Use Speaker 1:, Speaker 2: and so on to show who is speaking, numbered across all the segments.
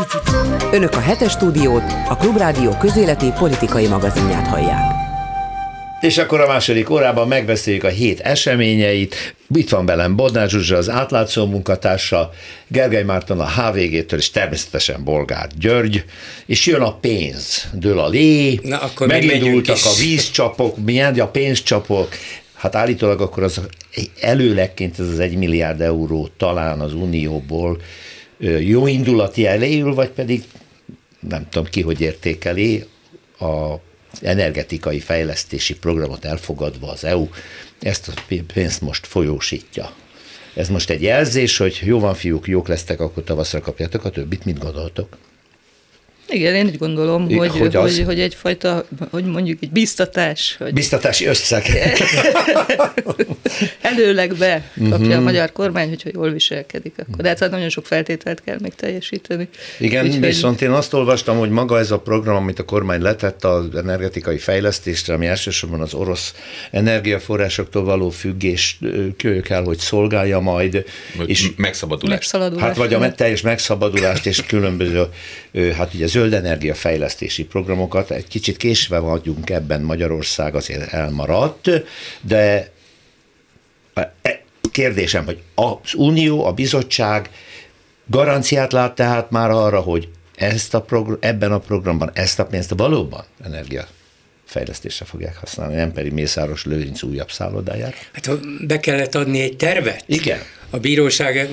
Speaker 1: Önök a Hetes Stúdiót, a Klubrádió közéleti politikai magazinját hallják.
Speaker 2: És akkor a második órában megbeszéljük a hét eseményeit. Itt van velem Bodnár Zsuzsa, az átlátszó munkatársa, Gergely Márton a HVG-től, és természetesen Bolgár György, és jön a pénz, dől a lé, megindultak a vízcsapok, milyen a pénzcsapok, hát állítólag akkor az előlegként ez az 1 milliárd euró talán az Unióból jó indulati elejül, vagy pedig nem tudom ki, hogy értékeli a energetikai fejlesztési programot elfogadva az EU, ezt a pénzt most folyósítja. Ez most egy jelzés, hogy jó van fiúk, jók lesztek, akkor tavaszra kapjátok a többit, mit gondoltok?
Speaker 3: Igen, én úgy gondolom, hogy egyfajta, hogy mondjuk egy biztatás.
Speaker 2: Biztatási összeg.
Speaker 3: Előlegbe kapja a magyar kormány, hogyha jól viselkedik. Akkor. De hát nagyon sok feltételt kell még teljesíteni.
Speaker 2: Igen, viszont én azt olvastam, hogy maga ez a program, amit a kormány letett az energetikai fejlesztésre, ami elsősorban az orosz energiaforrásoktól való függés kell, hogy szolgálja majd. És
Speaker 4: megszabadulást.
Speaker 2: Hát vagy a teljes megszabadulást és különböző, hát ugye zöld energiafejlesztési programokat, egy kicsit késve vagyunk ebben, Magyarország azért elmaradt, de kérdésem, hogy az Unió, a bizottság garanciát lát tehát már arra, hogy ebben a programban ezt a pénzt valóban energiafejlesztésre fogják használni, nem pedig Mészáros Lőrinc újabb szállodájára?
Speaker 5: Hát be kellett adni egy tervet.
Speaker 2: Igen.
Speaker 5: A bizottság,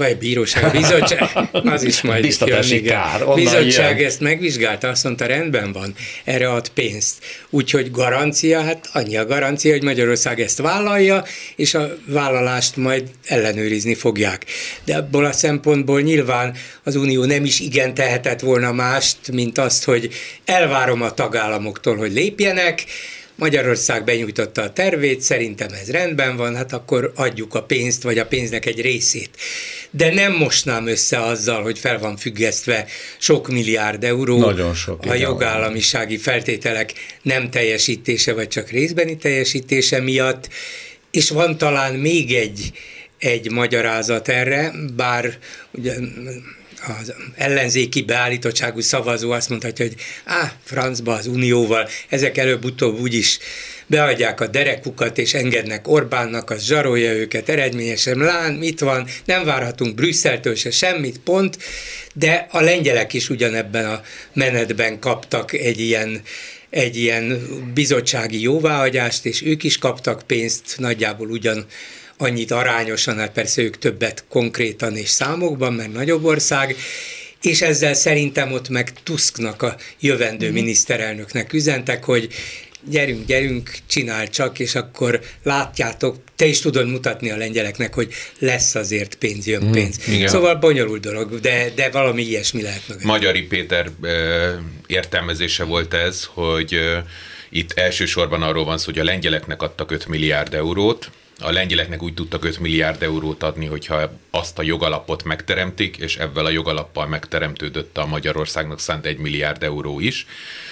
Speaker 5: az is majd
Speaker 2: biztatási kár.
Speaker 5: A bizottság ezt megvizsgálta, azt mondta, rendben van, erre ad pénzt. Úgyhogy garancia, hát annyi a garancia, hogy Magyarország ezt vállalja, és a vállalást majd ellenőrizni fogják. De abból a szempontból nyilván az Unió nem is igen tehetett volna mást, mint azt, hogy elvárom a tagállamoktól, hogy lépjenek, Magyarország benyújtotta a tervét, szerintem ez rendben van, hát akkor adjuk a pénzt, vagy a pénznek egy részét. De nem mosnám össze azzal, hogy fel van függesztve sok milliárd euró
Speaker 2: nagyon sok,
Speaker 5: a jogállamisági feltételek nem teljesítése, vagy csak részbeni teljesítése miatt, és van talán még egy magyarázat erre, bár ugye az ellenzéki beállítottságú szavazó azt mondhatja, hogy francba az Unióval, ezek előbb-utóbb úgyis beadják a derekukat és engednek Orbánnak, az zsarolja őket eredményesen, mit van, nem várhatunk Brüsszeltől se semmit, pont, de a lengyelek is ugyanebben a menetben kaptak egy ilyen bizottsági jóváhagyást, és ők is kaptak pénzt, nagyjából annyit arányosan, hát persze ők többet konkrétan és számokban, mert nagyobb ország, és ezzel szerintem ott meg Tusknak, a jövendő miniszterelnöknek üzentek, hogy gyerünk, csinálj csak, és akkor látjátok, te is tudod mutatni a lengyeleknek, hogy lesz azért pénz, jön pénz. Szóval bonyolult dolog, de valami ilyesmi lehet meg.
Speaker 4: Magyari Péter értelmezése volt ez, hogy itt elsősorban arról van szó, hogy a lengyeleknek adtak 5 milliárd eurót, a lengyeleknek úgy tudtak 5 milliárd eurót adni, hogyha azt a jogalapot megteremtik, és ebben a jogalappal megteremtődött a Magyarországnak szánt 1 milliárd euró is,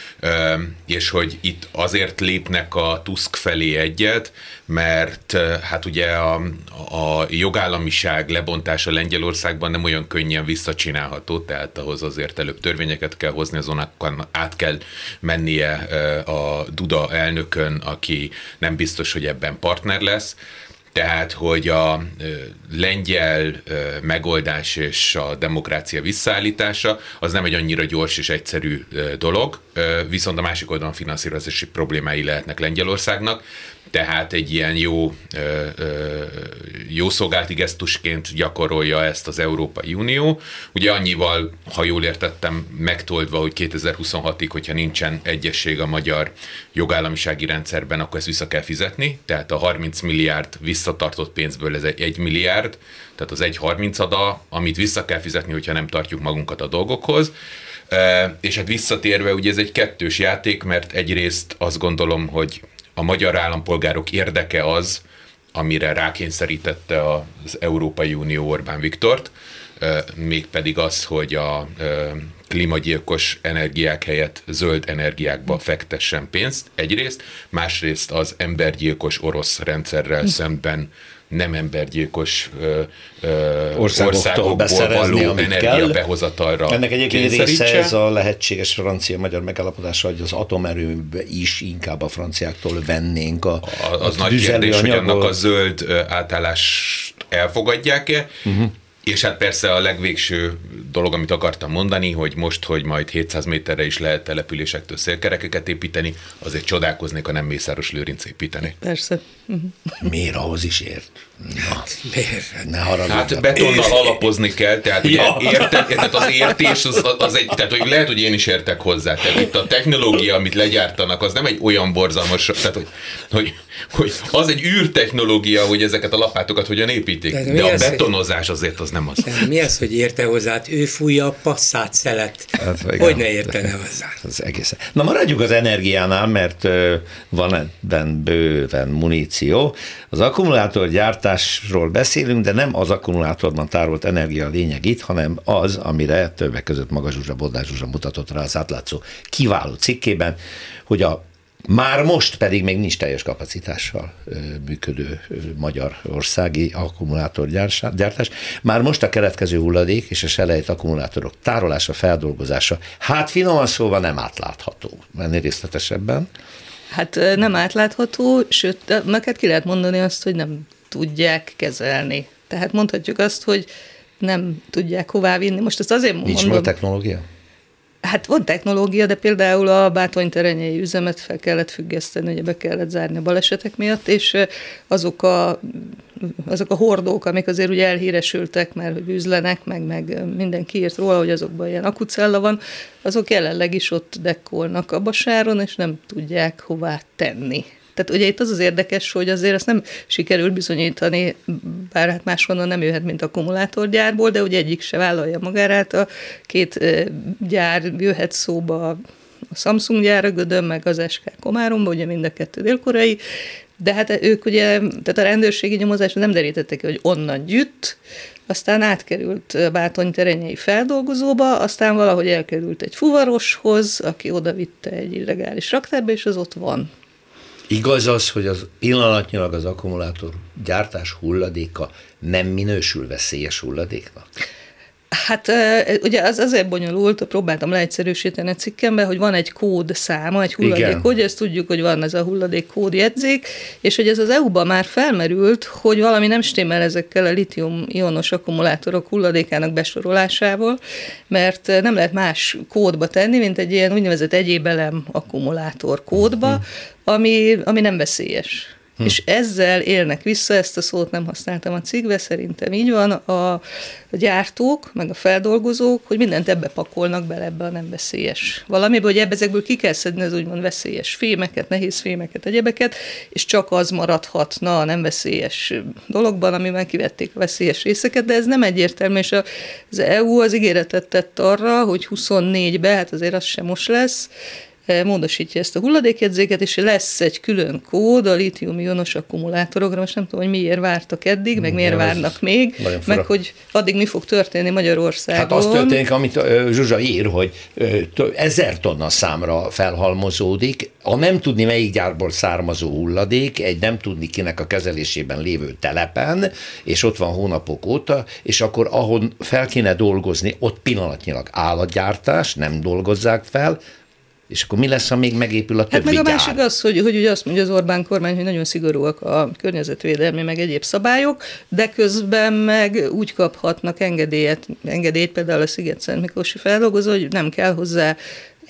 Speaker 4: és hogy itt azért lépnek a Tusk felé egyet, mert hát ugye a jogállamiság lebontása Lengyelországban nem olyan könnyen visszacsinálható, tehát ahhoz azért előbb törvényeket kell hozni, azon át kell mennie a Duda elnökön, aki nem biztos, hogy ebben partner lesz. Tehát, hogy a lengyel megoldás és a demokrácia visszaállítása az nem egy annyira gyors és egyszerű dolog, viszont a másik oldalon finanszírozási problémái lehetnek Lengyelországnak, tehát egy ilyen jó szolgálati gesztusként gyakorolja ezt az Európai Unió. Ugye annyival, ha jól értettem, megtoldva, hogy 2026-ig, hogyha nincsen egyesség a magyar jogállamisági rendszerben, akkor ezt vissza kell fizetni. Tehát a 30 milliárd visszatartott pénzből ez 1 milliárd, tehát az 1/30, amit vissza kell fizetni, hogyha nem tartjuk magunkat a dolgokhoz. És hát visszatérve, ugye ez egy kettős játék, mert egyrészt azt gondolom, hogy a magyar állampolgárok érdeke az, amire rákényszerítette az Európai Unió Orbán Viktort, mégpedig az, hogy a klímagyilkos energiák helyett zöld energiákba fektessen pénzt egyrészt, másrészt az embergyilkos orosz rendszerrel szemben nem embergyilkos országokból való energiabehozatalra.
Speaker 2: Ennek egyébként része ez a lehetséges francia-magyar megállapodás, hogy az atomerőbe is inkább a franciáktól vennénk
Speaker 4: az nagy kérdés, hogy annak a zöld átállást elfogadják-e, és hát persze a legvégső dolog, amit akartam mondani, hogy most, hogy majd 700 méterre is lehet településektől szélkerekeket építeni, azért csodálkoznék, ha nem Mészáros Lőrinc építeni.
Speaker 3: Persze.
Speaker 2: Miért ahhoz is ért? Ne haragudj.
Speaker 4: Hát betonnal alapozni kell, tehát ugye érted, az értés az egy, tehát hogy lehet, hogy én is értek hozzá. Tehát itt a technológia, amit legyártanak, az nem egy olyan borzalmas, tehát hogy az egy űrtechnológia, hogy ezeket a lapátokat hogyan építik. De a betonozás azért az nem az.
Speaker 5: Mi az, hogy érte hozzá? Ő fújja a passzát szelet. Hát, hogy ne értene hozzá?
Speaker 2: Az egészen. Na maradjuk az energiánál, mert van ebben bőven muníció. Az akkumulátorgyártásról beszélünk, de nem az akkumulátorban tárolt energia a lényeg itt, hanem az, amire többek között Maga Zsuzsa, Bodnár Zsuzsa mutatott rá az átlátszó kiváló cikkében, hogy már most pedig még nincs teljes kapacitással működő magyarországi akkumulátorgyártás. Már most a keletkező hulladék és a selejt akkumulátorok tárolása, feldolgozása, hát finoman szóval nem átlátható. Mennél részletesebben?
Speaker 3: Hát nem átlátható, sőt, neked ki lehet mondani azt, hogy nem tudják kezelni. Tehát mondhatjuk azt, hogy nem tudják hová vinni. Most ezt azért mondom.
Speaker 2: Nincs már technológia?
Speaker 3: Hát van technológia, de például a bátornyterenyei üzemet fel kellett függeszteni, ugye be kellett zárni a balesetek miatt, és azok a hordók, amik azért ugye elhíresültek, mert hogy üzlenek, meg mindenki írt róla, hogy azokban ilyen akucella van, azok jelenleg is ott dekkolnak a Basáron, és nem tudják hová tenni. Tehát ugye itt az érdekes, hogy azért ezt nem sikerül bizonyítani, bár hát máshonnan nem jöhet, mint akkumulátorgyárból, de ugye egyik se vállalja magára, a két gyár jöhet szóba, a Samsung gyár a Gödön, meg az SK Komáromba, ugye mind a kettő dél-koreai, de hát ők ugye, tehát a rendőrségi nyomozásra nem derítettek ki, hogy onnan gyűjt, aztán átkerült a bátornyterenyei feldolgozóba, aztán valahogy elkerült egy fuvaroshoz, aki oda vitte egy illegális raktárba, és az ott van.
Speaker 2: Igaz az, hogy az pillanatnyilag az akkumulátor gyártás hulladéka nem minősül veszélyes hulladéknak?
Speaker 3: Hát ugye az azért bonyolult, próbáltam leegyszerűsíteni a cikkembe, hogy van egy kódszáma, egy hulladékkód, ezt tudjuk, hogy van ez a hulladékkódjegyzék, és hogy ez az EU-ban már felmerült, hogy valami nem stimmel ezekkel a litium-ionos akkumulátorok hulladékának besorolásával, mert nem lehet más kódba tenni, mint egy ilyen úgynevezett egyéb elem akkumulátor kódba, ami nem veszélyes. És ezzel élnek vissza, ezt a szót nem használtam a cikkbe, szerintem így van, a gyártók, meg a feldolgozók, hogy mindent ebbe pakolnak bele, ebbe a nem veszélyes valamiből, hogy ezekből ki kell szedni az úgymond veszélyes fémeket, nehéz fémeket, egyebeket, és csak az maradhatna a nem veszélyes dologban, amivel kivették a veszélyes részeket, de ez nem egyértelmű, és az EU az ígéretet tett arra, hogy 24-ben, hát azért az sem most lesz, módosítja ezt a hulladékjegyzéket, és lesz egy külön kód a lítium-ionos akkumulátorokra. Most nem tudom, hogy miért vártak eddig, meg miért várnak még, meg hogy addig mi fog történni Magyarországon.
Speaker 2: Hát az történik, amit Zsuzsa ír, hogy 1000 tonna számra felhalmozódik, a nem tudni melyik gyárból származó hulladék, egy nem tudni kinek a kezelésében lévő telepen, és ott van hónapok óta, és akkor ahol fel kéne dolgozni, ott pillanatnyilag áll a gyártás, nem dolgozzák fel, és akkor mi lesz, ha még megépül a többi gyár?
Speaker 3: Hát meg a másik az, hogy ugye azt mondja az Orbán kormány, hogy nagyon szigorúak a környezetvédelmi, meg egyéb szabályok, de közben meg úgy kaphatnak engedélyt például a Sziget-Szentmiklósi feldolgozó, hogy nem kell hozzá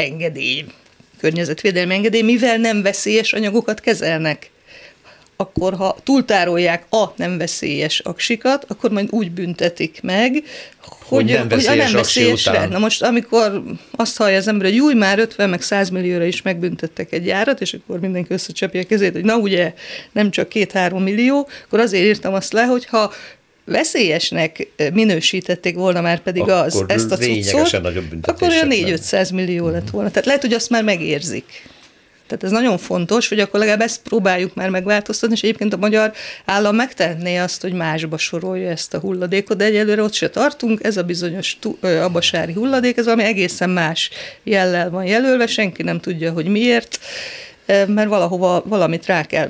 Speaker 3: környezetvédelmi engedély, mivel nem veszélyes anyagokat kezelnek. Akkor ha túltárolják a nem veszélyes aksikat, akkor majd úgy büntetik meg, hogy a nem veszélyesre. Na most, amikor azt hallja az ember, hogy már 50 meg 100 millióra is megbüntettek egy gyárat, és akkor mindenki összecsapja a kezét, hogy na ugye nem csak 2-3 millió, akkor azért írtam azt le, hogy ha veszélyesnek minősítették volna már pedig ezt a cuccot, akkor olyan 4-500 millió lett volna. Tehát lehet, hogy azt már megérzik. Tehát ez nagyon fontos, hogy akkor legalább ezt próbáljuk már megváltoztatni, és egyébként a magyar állam megtehetné azt, hogy másba sorolja ezt a hulladékot, de egyelőre ott se tartunk, ez a bizonyos abasári hulladék, ez valami egészen más jellel van jelölve, senki nem tudja, hogy miért, mert valahova valamit rá kell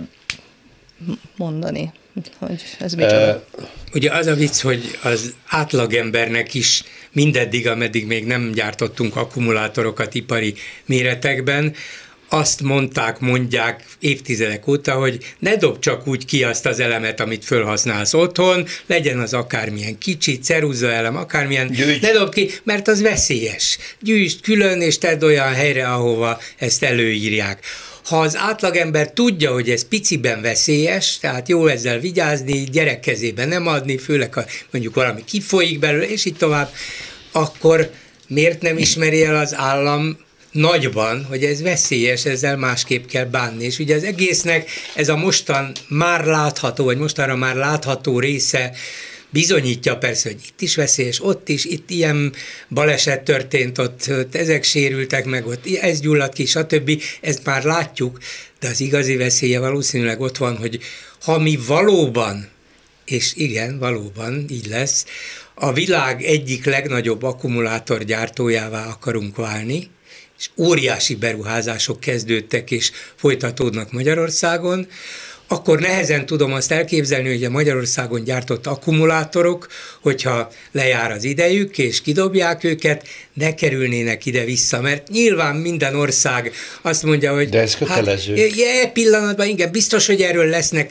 Speaker 3: mondani, hogy ez micsoda.
Speaker 5: Ugye az a vicc, hogy az átlagembernek is mindeddig, ameddig még nem gyártottunk akkumulátorokat ipari méretekben, azt mondják évtizedek óta, hogy ne dob csak úgy ki azt az elemet, amit fölhasználsz otthon, legyen az akármilyen kicsi, ceruza elem, akármilyen, ne dob ki, mert az veszélyes. Gyűjtsd külön, és tedd olyan helyre, ahova ezt előírják. Ha az átlagember tudja, hogy ez piciben veszélyes, tehát jó ezzel vigyázni, gyerek kezébe nem adni, főleg ha mondjuk valami kifolyik belőle, és így tovább, akkor miért nem ismeri el az állam nagyban, hogy ez veszélyes, ezzel másképp kell bánni. És ugye az egésznek ez a mostan már látható, vagy mostanra már látható része bizonyítja persze, hogy itt is veszélyes, ott is, itt ilyen baleset történt, ott ezek sérültek meg, ott ez gyulladt ki, stb. Ezt már látjuk, de az igazi veszélye valószínűleg ott van, hogy ha mi valóban, és igen, valóban így lesz, a világ egyik legnagyobb akkumulátorgyártójává akarunk válni, és óriási beruházások kezdődtek és folytatódnak Magyarországon, akkor nehezen tudom azt elképzelni, hogy a Magyarországon gyártott akkumulátorok, hogyha lejár az idejük, és kidobják őket, ne kerülnének ide-vissza, mert nyilván minden ország azt mondja, hogy
Speaker 2: de ez kötelező.
Speaker 5: Hát, pillanatban, igen, biztos, hogy erről lesznek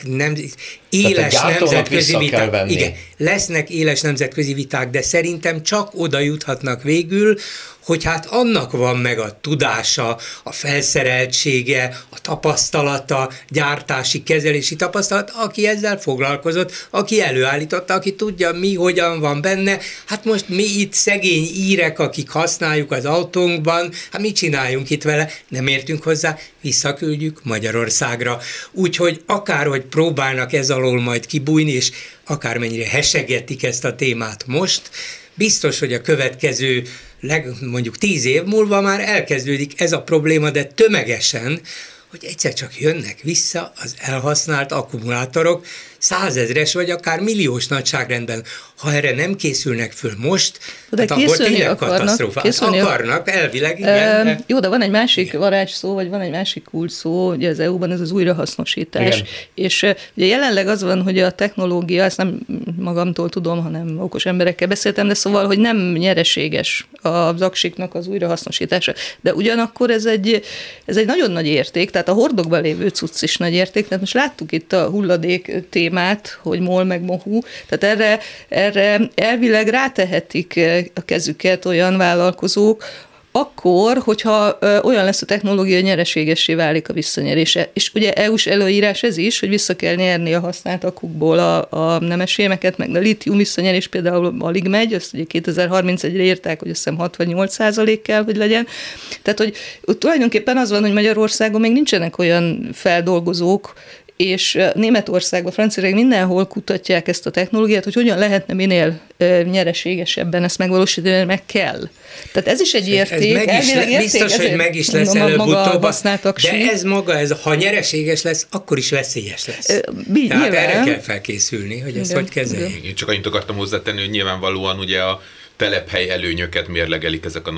Speaker 5: éles nemzetközi viták. Igen, lesznek éles nemzetközi viták, de szerintem csak oda juthatnak végül, hogy hát annak van meg a tudása, a felszereltsége, a tapasztalata, gyártási, kezelési tapasztalat, aki ezzel foglalkozott, aki előállította, aki tudja mi, hogyan van benne. Hát most mi itt szegény írek, akik használjuk az autónkban, hát mit csináljunk itt vele? Nem értünk hozzá, visszaküldjük Magyarországra. Úgyhogy akárhogy próbálnak ez alól majd kibújni, és akármennyire hesegetik ezt a témát most, biztos, hogy a következő mondjuk 10 év múlva már elkezdődik ez a probléma, de tömegesen, hogy egyszer csak jönnek vissza az elhasznált akkumulátorok 100 000-es vagy akár milliós nagyságrendben. Ha erre nem készülnek föl most, hát akkor tényleg katasztrófa. Akarnak, elvileg, igen.
Speaker 3: Jó, de van egy másik varázsszó, vagy van egy másik kulcs szó, ugye az EU-ban ez az újrahasznosítás. Igen. És ugye jelenleg az van, hogy a technológia, ezt nem magamtól tudom, hanem okos emberekkel beszéltem, de szóval, hogy nem nyereséges az aksiknak az újrahasznosítása. De ugyanakkor ez egy nagyon nagy érték, tehát a hordokban lévő cucc is nagy érték, tehát most láttuk itt a hulladék témát, hogy mol meg mohu, tehát erre elvileg rátehetik a kezüket olyan vállalkozók, akkor, hogyha olyan lesz a technológia, hogy nyereségessé válik a visszanyerése. És ugye EU-s előírás ez is, hogy vissza kell nyerni a használt akkukból a nemesfémeket, meg a lítium visszanyerés például alig megy, azt ugye 2031-re írták, hogy azt hiszem 68% kell, hogy legyen. Tehát, hogy tulajdonképpen az van, hogy Magyarországon még nincsenek olyan feldolgozók, és Németországban, Franciaországban mindenhol kutatják ezt a technológiát, hogy hogyan lehetne minél nyereségesebben ezt megvalósítani, meg kell. Tehát ez is egy érték.
Speaker 5: Biztos, hogy meg is lesz előbb-utóbb, de ez maga, ha nyereséges lesz, akkor is veszélyes lesz. Tehát erre kell felkészülni, hogy ezt hogy kezeljük.
Speaker 4: Én csak annyit akartam hozzátenni, hogy nyilvánvalóan ugye a telephely előnyöket mérlegelik ezek a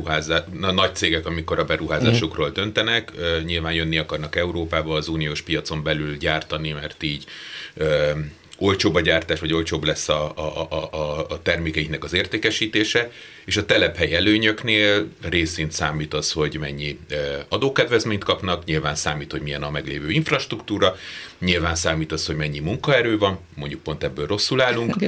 Speaker 4: nagy cégek, amikor a beruházásukról döntenek. Nyilván jönni akarnak Európába, az uniós piacon belül gyártani, mert így olcsóbb a gyártás, vagy olcsóbb lesz a termékeiknek az értékesítése, és a telephely előnyöknél részint számít az, hogy mennyi adókedvezményt kapnak, nyilván számít, hogy milyen a meglévő infrastruktúra, nyilván számít az, hogy mennyi munkaerő van, mondjuk pont ebből rosszul állunk,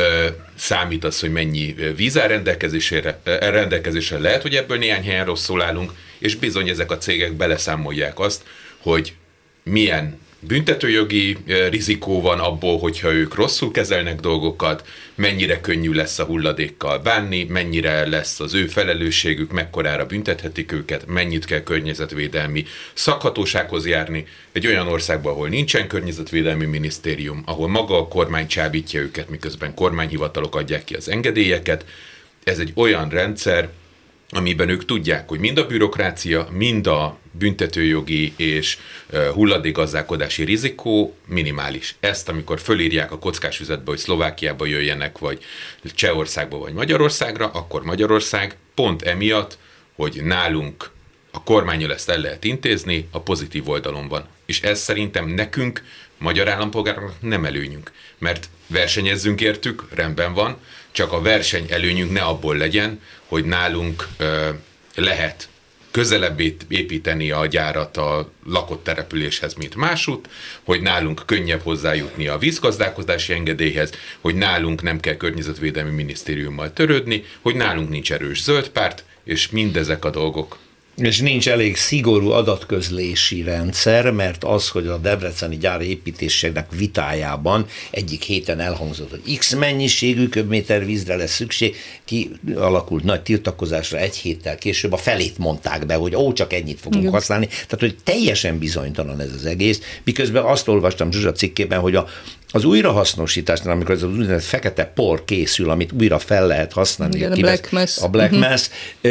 Speaker 4: számít az, hogy mennyi víz áll rendelkezésre lehet, hogy ebből néhány helyen rosszul állunk, és bizony ezek a cégek beleszámolják azt, hogy milyen büntetőjogi rizikó van abból, hogyha ők rosszul kezelnek dolgokat, mennyire könnyű lesz a hulladékkal bánni, mennyire lesz az ő felelősségük, mekkorára büntethetik őket, mennyit kell környezetvédelmi szakhatósághoz járni. Egy olyan országban, ahol nincsen környezetvédelmi minisztérium, ahol maga a kormány csábítja őket, miközben kormányhivatalok adják ki az engedélyeket. Ez egy olyan rendszer, amiben ők tudják, hogy mind a bürokrácia, mind a büntetőjogi és hulladékgazdálkodási rizikó minimális. Ezt, amikor fölírják a kockás füzetbe, hogy Szlovákiába jöjjenek, vagy Csehországba, vagy Magyarországra, akkor Magyarország pont emiatt, hogy nálunk a kormánnyal ezt el lehet intézni, a pozitív oldalon van. És ez szerintem nekünk, magyar állampolgároknak nem előnyünk. Mert versenyezzünk értük, rendben van, csak a verseny előnyünk ne abból legyen, hogy nálunk lehet közelebb építeni a gyárat a lakott településhez, mint másút, hogy nálunk könnyebb hozzájutni a vízgazdálkodási engedélyhez, hogy nálunk nem kell környezetvédelmi minisztériummal törődni, hogy nálunk nincs erős zöld párt, és mindezek a dolgok.
Speaker 2: És nincs elég szigorú adatközlési rendszer, mert az, hogy a debreceni gyár építésének vitájában egyik héten elhangzott, hogy X mennyiségű köbméter vízre lesz szükség, kialakult nagy tiltakozásra egy héttel később a felét mondták be, hogy csak ennyit fogunk használni. Tehát, hogy teljesen bizonytalan ez az egész, miközben azt olvastam Zsuzsa cikkében, hogy az újrahasznosításnál, amikor ez az úgynevezett fekete por készül, amit újra fel lehet használni.
Speaker 3: Igen, a Black
Speaker 2: Mass,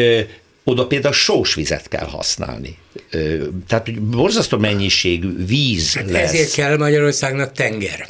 Speaker 2: oda például sós vizet kell használni. Tehát, hogy borzasztó mennyiségű víz lesz.
Speaker 5: Ezért kell Magyarországnak tenger.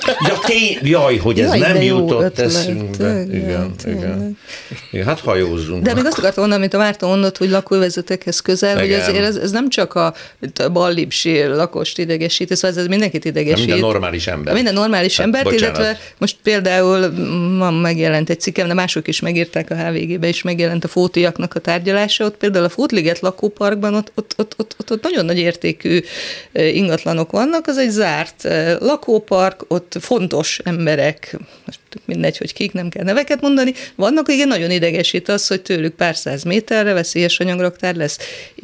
Speaker 2: Jaj, hogy ez nem jutott eszünkbe. Igen. Hát hajózzunk.
Speaker 3: De még azt akartam mondani, amit a Márton mondott, hogy lakóvezetekhez közel, igen. Hogy azért ez nem csak a ballipsi lakost idegesít, szóval ez mindenkit idegesít.
Speaker 2: Minden normális ember.
Speaker 3: Minden normális embert, illetve most például ma megjelent egy cikkem, de mások is megírták, a HVG-be is megjelent a Fótiaknak a tárgyalása, ott például a Fótliget lakóparkban ott nagyon nagy értékű ingatlanok vannak, az egy zárt lakópark, ott fontos emberek, most mindegy, hogy kik, nem kell neveket mondani, vannak, igen, nagyon idegesít az, hogy tőlük pár száz méterre veszélyes anyagraktár lesz.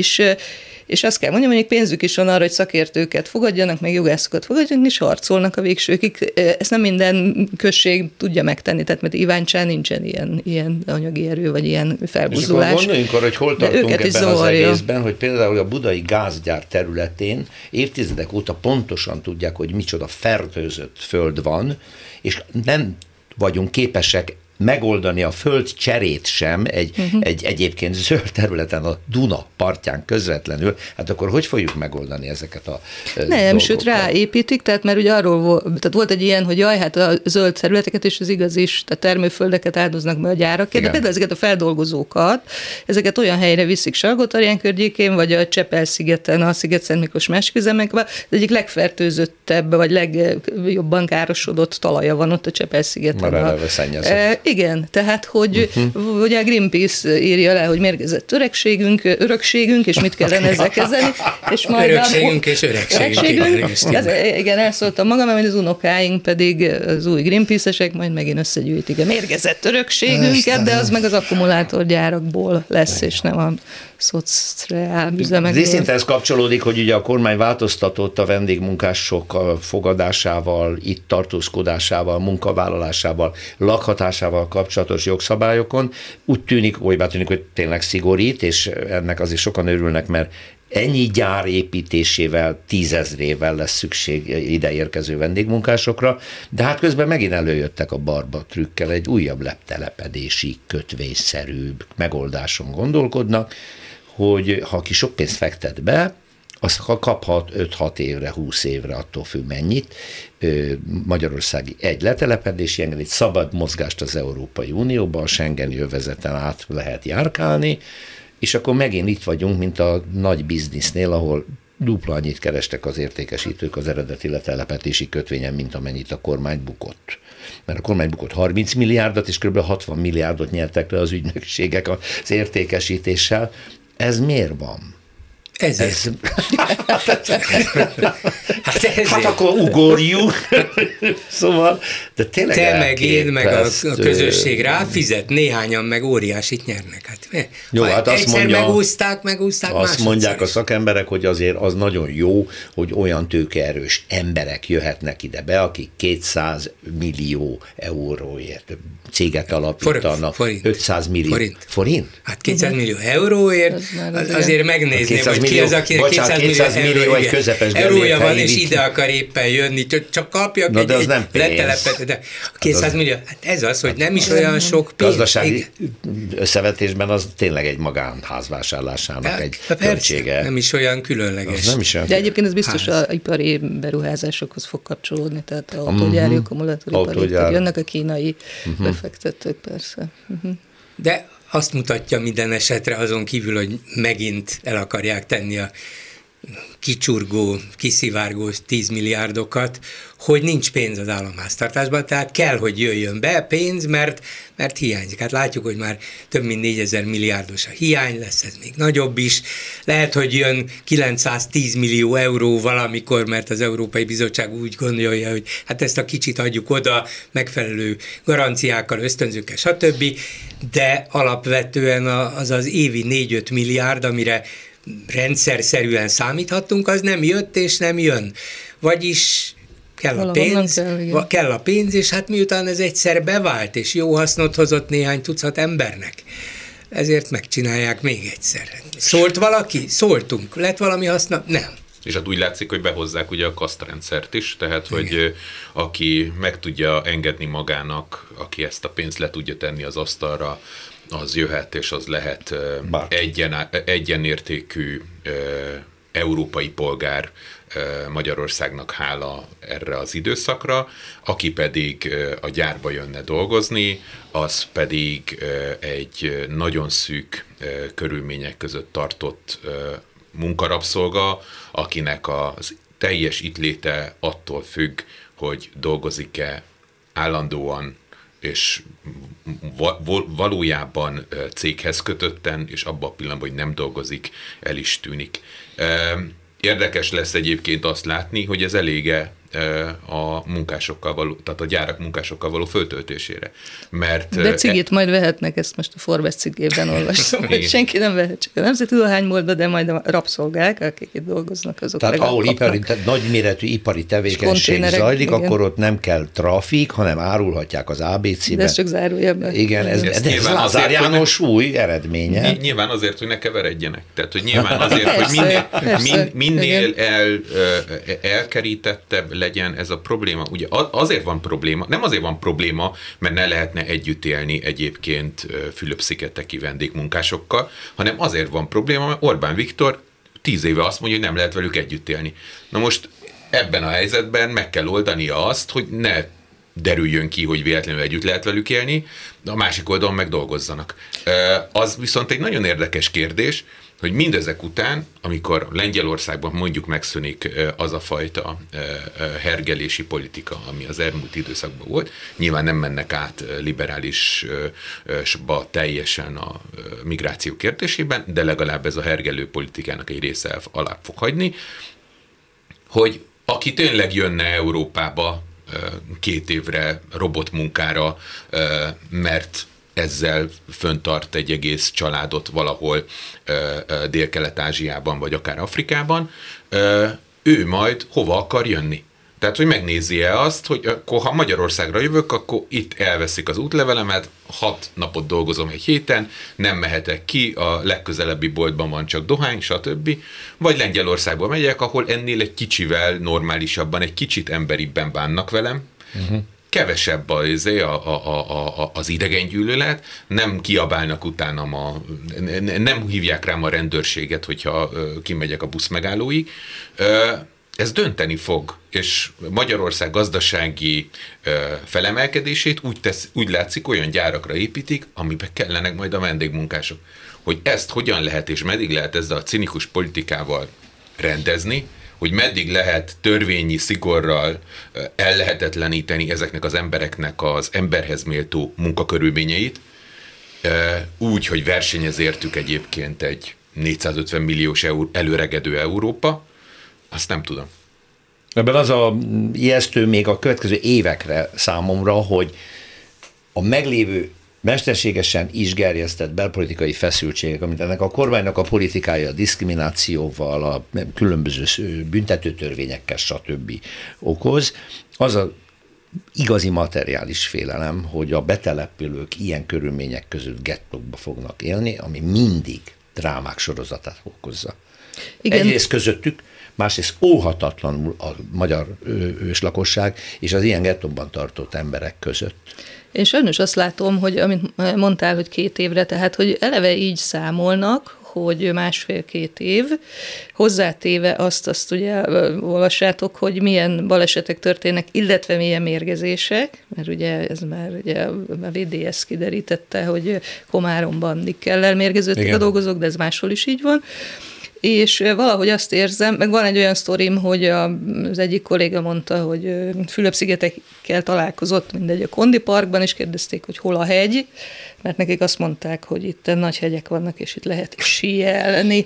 Speaker 3: És azt kell mondjam, hogy pénzük is van arra, hogy szakértőket fogadjanak, meg jogászokat fogadjanak, és harcolnak a végsőkig. Ezt nem minden község tudja megtenni, tehát mert Iváncsán nincsen ilyen anyagi erő, vagy ilyen felbuzdulás.
Speaker 2: És gondoljunk arra, hogy hol tartunk ebben az egészben, hogy például a budai gázgyár területén évtizedek óta pontosan tudják, hogy micsoda fertőzött föld van, és nem vagyunk képesek megoldani a föld cserét sem egy egyébként zöld területen, a Duna partján közvetlenül, hát akkor hogy fogjuk megoldani ezeket a
Speaker 3: Nem, sőt ráépítik, tehát mert ugye tehát volt egy ilyen, hogy jaj, hát a zöld területeket, és az igaz is, tehát termőföldeket áldoznak be a gyárakért, de például ezeket a feldolgozókat, ezeket olyan helyre viszik Salgótarján környékén, vagy a Csepel-szigeten, a Sziget-Szent Miklós másik üzemekben, az egyik legfertőzöttebb, vagy legjobban károsodott talaja van ott a Csepel-szigeten. Igen, tehát, hogy ugye a Greenpeace írja le, hogy mérgezett örökségünk, és mit kellene ezzel kezdeni. És majd
Speaker 5: örökségünk és öregségünk.
Speaker 3: Igen, elszóltam magam, mert az unokáink pedig az új Greenpeace-esek majd megint összegyűjtik a mérgezett örökségünket, de az meg az akkumulátorgyárakból lesz, és nem a szociál üzemekből.
Speaker 2: Részinthez kapcsolódik, hogy ugye a kormány változtatott a vendégmunkások fogadásával, itt tartózkodásával, munkavállalásával, lakhatásával kapcsolatos jogszabályokon. Úgy tűnik, hogy tényleg szigorít, és ennek azért sokan örülnek, mert ennyi gyár építésével, 10 000-ével lesz szükség ideérkező vendégmunkásokra, de hát közben megint előjöttek a barba trükkel, egy újabb leptelepedési, kötvényszerű megoldáson gondolkodnak, hogy ha ki sok pénzt fektet be, az kaphat 5-6 évre, 20 évre, attól függ mennyit, magyarországi egy letelepedési engedélyt, szabad mozgást az Európai Unióban, a Schengeni övezeten át lehet járkálni, és akkor megint itt vagyunk, mint a nagy biznisznél, ahol dupla annyit kerestek az értékesítők az eredeti letelepedési kötvényen, mint amennyit a kormány bukott. Mert a kormány bukott 30 milliárdot, és kb. 60 milliárdot nyertek le az ügynökségek az értékesítéssel. Ez miért van?
Speaker 5: Ezért.
Speaker 2: Hát akkor ugorjuk. Szóval, de tényleg
Speaker 5: te meg én, meg a közösség ráfizet, néhányan meg óriásit nyernek. Hát,
Speaker 2: jó, hát
Speaker 5: egyszer megúszták
Speaker 2: azt mondják a szakemberek, hogy azért az nagyon jó, hogy olyan tőkeerős emberek jöhetnek ide be, akik 200 millió euróért céget alapítanak. 500 millió.
Speaker 5: Forint?
Speaker 2: Hát
Speaker 5: 200 millió euróért azért megnézni, hogy valaki az, akinek 200 millió
Speaker 2: egy közepes
Speaker 5: eurója van, és ide akar éppen jönni, csak kapjak egy letelepet, de 200 millió, hát ez az, hogy nem is olyan sok pénz.
Speaker 2: Gazdasági összevetésben az tényleg egy magánházvásárlásának egy költsége.
Speaker 5: Nem is olyan különleges.
Speaker 3: De egyébként ez biztos az ipari beruházásokhoz fog kapcsolódni, tehát autógyári, akkumulátoripari, jönnek a kínai befektetők persze.
Speaker 5: De azt mutatja minden esetre azon kívül, hogy megint el akarják tenni a kicsurgó, kiszivárgó 10 milliárdokat, hogy nincs pénz az államháztartásban, tehát kell, hogy jöjjön be pénz, mert hiányzik. Hát látjuk, hogy már több mint 4000 milliárdos a hiány, lesz ez még nagyobb is. Lehet, hogy jön 910 millió euró valamikor, mert az Európai Bizottság úgy gondolja, hogy hát ezt a kicsit adjuk oda, megfelelő garanciákkal, ösztönzőkkel, stb. De alapvetően az évi 4-5 milliárd, amire rendszerszerűen számíthatunk, az nem jött és nem jön. Vagyis kell a pénz, és hát miután ez egyszer bevált, és jó hasznot hozott néhány tucat embernek, ezért megcsinálják még egyszer. Szólt valaki? Szóltunk. Lett valami haszna? Nem.
Speaker 4: És hát úgy látszik, hogy behozzák ugye a kasztrendszert is, tehát hogy aki meg tudja engedni magának, aki ezt a pénzt le tudja tenni az asztalra, az jöhet, és az lehet egyenértékű európai polgár Magyarországnak hála erre az időszakra, aki pedig a gyárba jönne dolgozni, az pedig egy nagyon szűk körülmények között tartott munkarabszolga, akinek az teljes itt léte attól függ, hogy dolgozik-e állandóan és valójában céghez kötötten, és abban a pillanatban, hogy nem dolgozik, el is tűnik. Érdekes lesz egyébként azt látni, hogy ez elége a munkásokkal való, tehát a gyárak munkásokkal való föltöltésére.
Speaker 3: De cigit majd vehetnek, ezt most a Forbes cikkében olvastam, hogy senki nem vehet csak a Nemzeti Dohányboltba, de majd a rabszolgák, akik itt dolgoznak, azok
Speaker 2: tehát ahol nagyméretű ipari tevékenység zajlik, igen. Akkor ott nem kell trafik, hanem árulhatják az ABC-be.
Speaker 3: De ez csak zárójelben.
Speaker 2: Igen, ez Lázár János új eredménye.
Speaker 4: Nyilván azért, hogy ne keveredjenek. Tehát, hogy nyilván azért, hogy minél elkerítettebb legyen ez a probléma. Ugye azért van probléma, nem azért van probléma, mert ne lehetne együtt élni egyébként Fülöp-szigeteki vendégmunkásokkal, hanem azért van probléma, mert Orbán Viktor 10 éve azt mondja, hogy nem lehet velük együtt élni. Na most ebben a helyzetben meg kell oldania azt, hogy ne derüljön ki, hogy véletlenül együtt lehet velük élni, de a másik oldalon meg dolgozzanak. Az viszont egy nagyon érdekes kérdés, hogy mindezek után, amikor Lengyelországban mondjuk megszűnik az a fajta hergelési politika, ami az elmúlt időszakban volt, nyilván nem mennek át liberálisba teljesen a migráció kérdésében, de legalább ez a hergelő politikának egy része alá fog hagyni, hogy aki tényleg jönne Európába 2 évre robotmunkára, mert ezzel föntart egy egész családot valahol Dél-Kelet-Ázsiában, vagy akár Afrikában, ő majd hova akar jönni. Tehát, hogy megnézi-e azt, hogy akkor, ha Magyarországra jövök, akkor itt elveszik az útlevelemet, 6 napot dolgozom egy héten, nem mehetek ki, a legközelebbi boltban van csak dohány, stb. Vagy Lengyelországba megyek, ahol ennél egy kicsivel normálisabban, egy kicsit emberibben bánnak velem, kevesebb az idegengyűlölet, nem kiabálnak utána, nem hívják rám a rendőrséget, hogyha kimegyek a buszmegállóig. Ez dönteni fog, és Magyarország gazdasági felemelkedését úgy látszik, olyan gyárakra építik, amiben kellenek majd a vendégmunkások. Hogy ezt hogyan lehet, és meddig lehet ezzel a cinikus politikával rendezni, hogy meddig lehet törvényi szigorral ellehetetleníteni ezeknek az embereknek az emberhez méltó munkakörülményeit, úgy, hogy versenyez értük egyébként egy 450 milliós előregedő Európa, azt nem tudom.
Speaker 2: Ebben az a ijesztő még a következő évekre számomra, hogy a meglévő mesterségesen is gerjesztett belpolitikai feszültségek, amit ennek a kormánynak a politikája, a diszkriminációval, a különböző büntetőtörvényekkel, stb. Okoz, az a igazi materiális félelem, hogy a betelepülők ilyen körülmények között gettókba fognak élni, ami mindig drámák sorozatát okozza.
Speaker 3: Igen.
Speaker 2: Egyrészt közöttük, másrészt óhatatlanul a magyar őslakosság és az ilyen gettóban tartott emberek között.
Speaker 3: Én sajnos azt látom, hogy amit mondtál, hogy 2 évre, tehát hogy eleve így számolnak, hogy 1,5-2 év, hozzátéve azt ugye olvassátok, hogy milyen balesetek történnek, illetve milyen mérgezések, mert ugye ez már ugye a VDS kiderítette, hogy Komáromban nikkellel mérgeződtek a dolgozók, de ez máshol is így van. És valahogy azt érzem, meg van egy olyan sztorim, hogy az egyik kolléga mondta, hogy Fülöp-szigetekkel találkozott, mindegy a Kondi Parkban, és kérdezték, hogy hol a hegy, mert nekik azt mondták, hogy itt nagy hegyek vannak, és itt lehet síelni.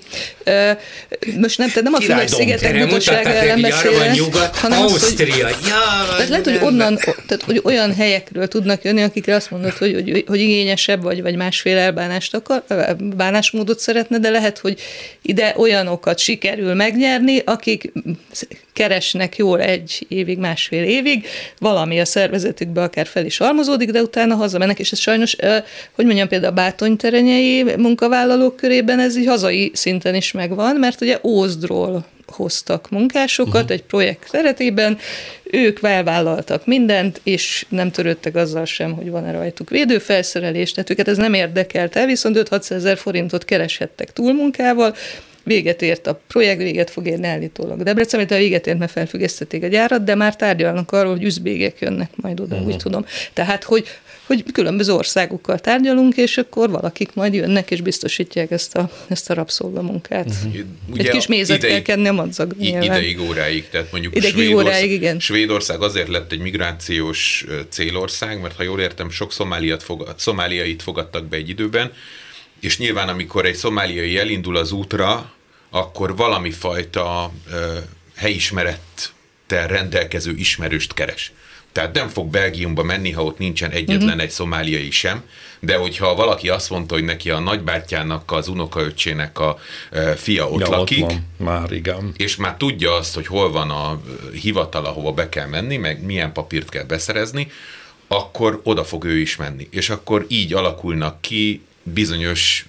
Speaker 3: Most nem a Fülöp-szigetek mutatsága ellen beszélek, hanem
Speaker 5: Ausztria.
Speaker 3: Tehát lehet, hogy onnan, tehát, hogy olyan helyekről tudnak jönni, akikre azt mondod, hogy igényesebb, vagy másféle bánásmódot szeretne, de lehet, hogy ide olyanokat sikerül megnyerni, akik keresnek jól 1 évig, 1,5 évig, valami a szervezetükbe akár fel is halmozódik, de utána hazamennek, és ez sajnos, hogy mondjam, például a bátonyterenyei munkavállalók körében ez így hazai szinten is megvan, mert ugye Ózdról hoztak munkásokat egy projekt keretében, ők vállaltak mindent, és nem törődtek azzal sem, hogy van-e rajtuk védőfelszerelés, tehát őket ez nem érdekelte, viszont 5-600 ezer forintot kereshettek túlmunkával, véget ért a projekt, véget fog érni állítólag Debrecenben, de véget ért, mert felfüggesztették a gyárat, de már tárgyalnak arról, hogy üzbégek jönnek majd oda, úgy tudom. Tehát, hogy különböző országokkal tárgyalunk, és akkor valakik majd jönnek, és biztosítják ezt a rabszolgamunkát. Egy kis mézet kell kenni a madzag.
Speaker 4: Ideig, óráig. Tehát mondjuk Svédország azért lett egy migrációs célország, mert ha jól értem, sok szomáliait fogadtak be egy időben, és nyilván amikor egy szomáliai elindul az útra, akkor valami fajta helyismerettel rendelkező ismerőst keres. Tehát nem fog Belgiumba menni, ha ott nincsen egyetlen egy szomáliai sem, de hogyha valaki azt mondta, hogy neki a nagybátyjának, az unokaöccsének a fia ott lakik,
Speaker 2: ott van. Már igen.
Speaker 4: És már tudja azt, hogy hol van a hivatal, ahova be kell menni, meg milyen papírt kell beszerezni, akkor oda fog ő is menni. És akkor így alakulnak ki bizonyos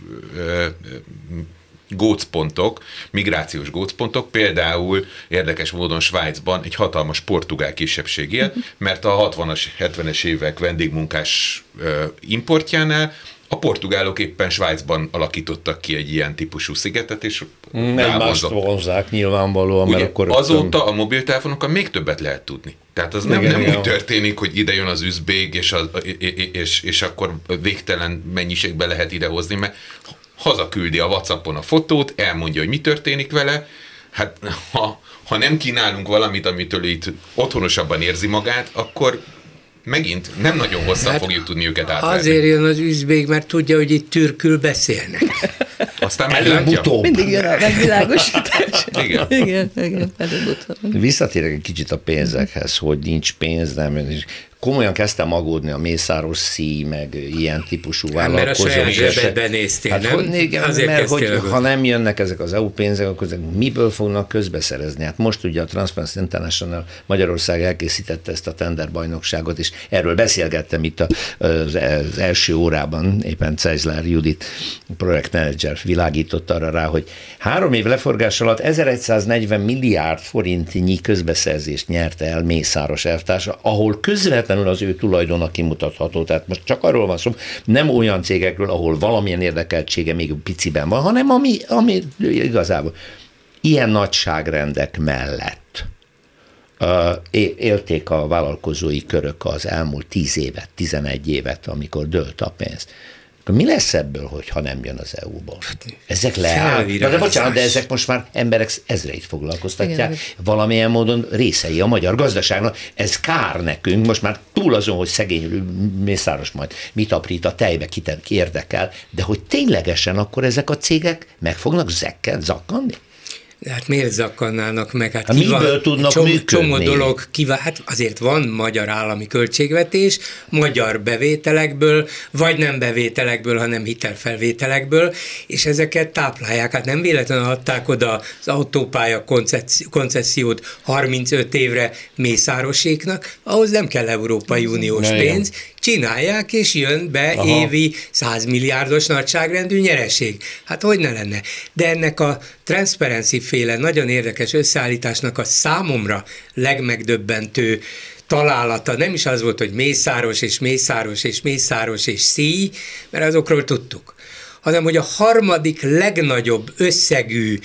Speaker 4: gócpontok, migrációs gócpontok, például érdekes módon Svájcban egy hatalmas portugál kisebbség él, mert a 60-as, 70-es évek vendégmunkás importjánál a portugálok éppen Svájcban alakítottak ki egy ilyen típusú szigetet, és
Speaker 2: mást vonzák nyilvánvalóan, mert akkor
Speaker 4: azóta a mobiltelefonokkal még többet lehet tudni. Tehát az nem úgy történik, hogy ide jön az üzbég, és akkor végtelen mennyiségben lehet idehozni, mert hazaküldi a WhatsAppon a fotót, elmondja, hogy mi történik vele. Hát ha nem kínálunk valamit, amitől itt otthonosabban érzi magát, akkor megint nem nagyon hosszan fogjuk tudni őket átverni.
Speaker 5: Azért jön az üzbég, mert tudja, hogy itt türkül beszélnek.
Speaker 4: Aztán meglátja.
Speaker 3: Mindig jön a megvilágosítás. Igen, előbb-utóbb.
Speaker 2: Visszatérek egy kicsit a pénzekhez, hogy nincs pénz, nem. Komolyan kezdtem aggódni a Mészáros szí, meg ilyen típusú vállalkozók.
Speaker 5: Mert a saját zsebedben néztél,
Speaker 2: hát,
Speaker 5: nem?
Speaker 2: Mert hogy ha nem jönnek ezek az EU pénzek, akkor miből fognak közbeszerezni? Hát most ugye a Transparency International Magyarország elkészítette ezt a tenderbajnokságot, és erről beszélgettem itt az első órában, éppen Ceizler Judit projektmenedzser világított arra rá, hogy 3 év leforgás alatt 1140 milliárd forintnyi közbeszerzést nyerte el Mészáros elvtársa, ahol közvetlenül az ő tulajdona kimutatható. Tehát most csak arról van szó, nem olyan cégekről, ahol valamilyen érdekeltsége még piciben van, hanem ami igazából ilyen nagyságrendek mellett élték a vállalkozói körök az elmúlt 10 évet, 11 évet, amikor dőlt a pénz. Mi lesz ebből, hogyha nem jön az EU-ból? Ezek leáll. De bocsánat, de ezek most már emberek ezreit foglalkoztatják. Igen. Valamilyen módon részei a magyar gazdaságnak. Ez kár nekünk, most már túl azon, hogy szegény Mészáros majd mit aprít a tejbe, ki érdekel, de hogy ténylegesen akkor ezek a cégek meg fognak zakkanni?
Speaker 5: Hát miért zakkannának meg? Hát
Speaker 2: miből tudnak működni?
Speaker 5: Csomó dolog, hát azért van magyar állami költségvetés, magyar bevételekből, vagy nem bevételekből, hanem hitelfelvételekből, és ezeket táplálják. Hát nem véletlenül adták oda az autópálya koncessziót 35 évre Mészároséknak, ahhoz nem kell Európai Uniós pénz, csinálják, és jön be évi 100 milliárdos nagyságrendű nyereség. Hát hogy ne lenne? De ennek a Transparency féle nagyon érdekes összeállításnak a számomra legmegdöbbentő találata nem is az volt, hogy Mészáros és Mészáros és Mészáros és szíj, mert azokról tudtuk, hanem hogy a harmadik legnagyobb összegű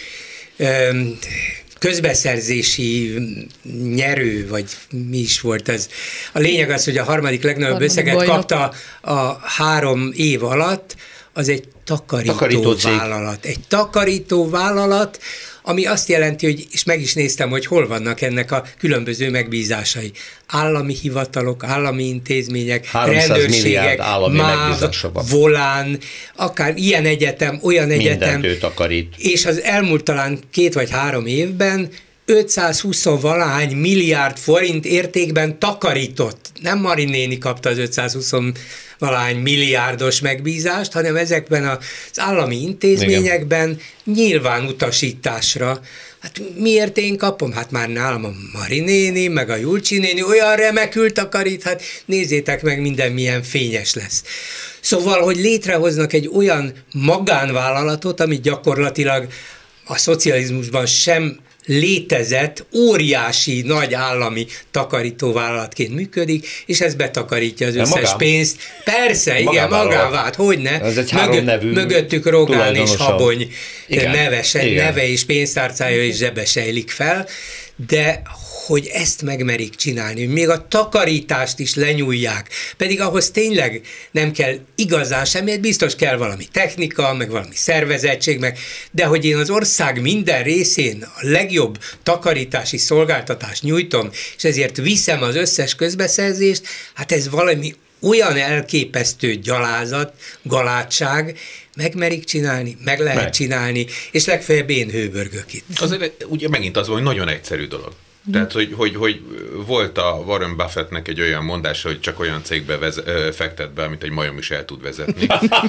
Speaker 5: közbeszerzési nyerő, vagy mi is volt ez. A lényeg az, hogy a harmadik legnagyobb összeget kapta a 3 év alatt, az egy takarító vállalat. Egy takarító vállalat, ami azt jelenti, hogy, és meg is néztem, hogy hol vannak ennek a különböző megbízásai. Állami hivatalok, állami intézmények, rendőrségek, MÁV, Volán, akár ilyen egyetem, olyan egyetem.
Speaker 2: Mindent ő takarít.
Speaker 5: És az elmúlt talán 2 vagy 3 évben 520-valahány milliárd forint értékben takarított. Nem Mari néni kapta az 520-valahány milliárdos megbízást, hanem ezekben az állami intézményekben nyilván utasításra. Hát miért én kapom? Hát már nálam a Mari néni, meg a Julcsi néni olyan remekül takarít, hát nézzétek meg, minden milyen fényes lesz. Szóval, hogy létrehoznak egy olyan magánvállalatot, ami gyakorlatilag a szocializmusban sem létezett, óriási, nagy állami takarítóvállalatként működik, és ez betakarítja az összes pénzt. Persze, igen, magánvállalat, hogyne.
Speaker 2: Ez egy 3 nevű
Speaker 5: mögöttük Rogán és Habony neve és pénztárcája és zsebe sejlik fel, de hogy ezt megmerik csinálni, hogy még a takarítást is lenyúlják, pedig ahhoz tényleg nem kell igazán semmi, biztos kell valami technika, meg valami szervezettség, de hogy én az ország minden részén a legjobb takarítási szolgáltatást nyújtom, és ezért viszem az összes közbeszerzést, hát ez valami olyan elképesztő gyalázat, galátság, megmerik csinálni, meg lehet csinálni, és legfeljebb én hőbörgök itt.
Speaker 4: Azért ugye megint az van, hogy nagyon egyszerű dolog. Tehát, hogy volt a Warren Buffettnek egy olyan mondása, hogy csak olyan cégbe fektet be, amit egy majom is el tud vezetni.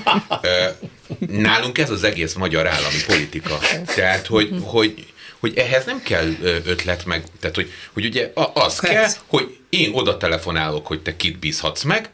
Speaker 4: Nálunk ez az egész magyar állami politika. Tehát, hogy ehhez nem kell ötlet meg, tehát, hogy ugye az kell, hogy én oda telefonálok, hogy te kit bízhatsz meg,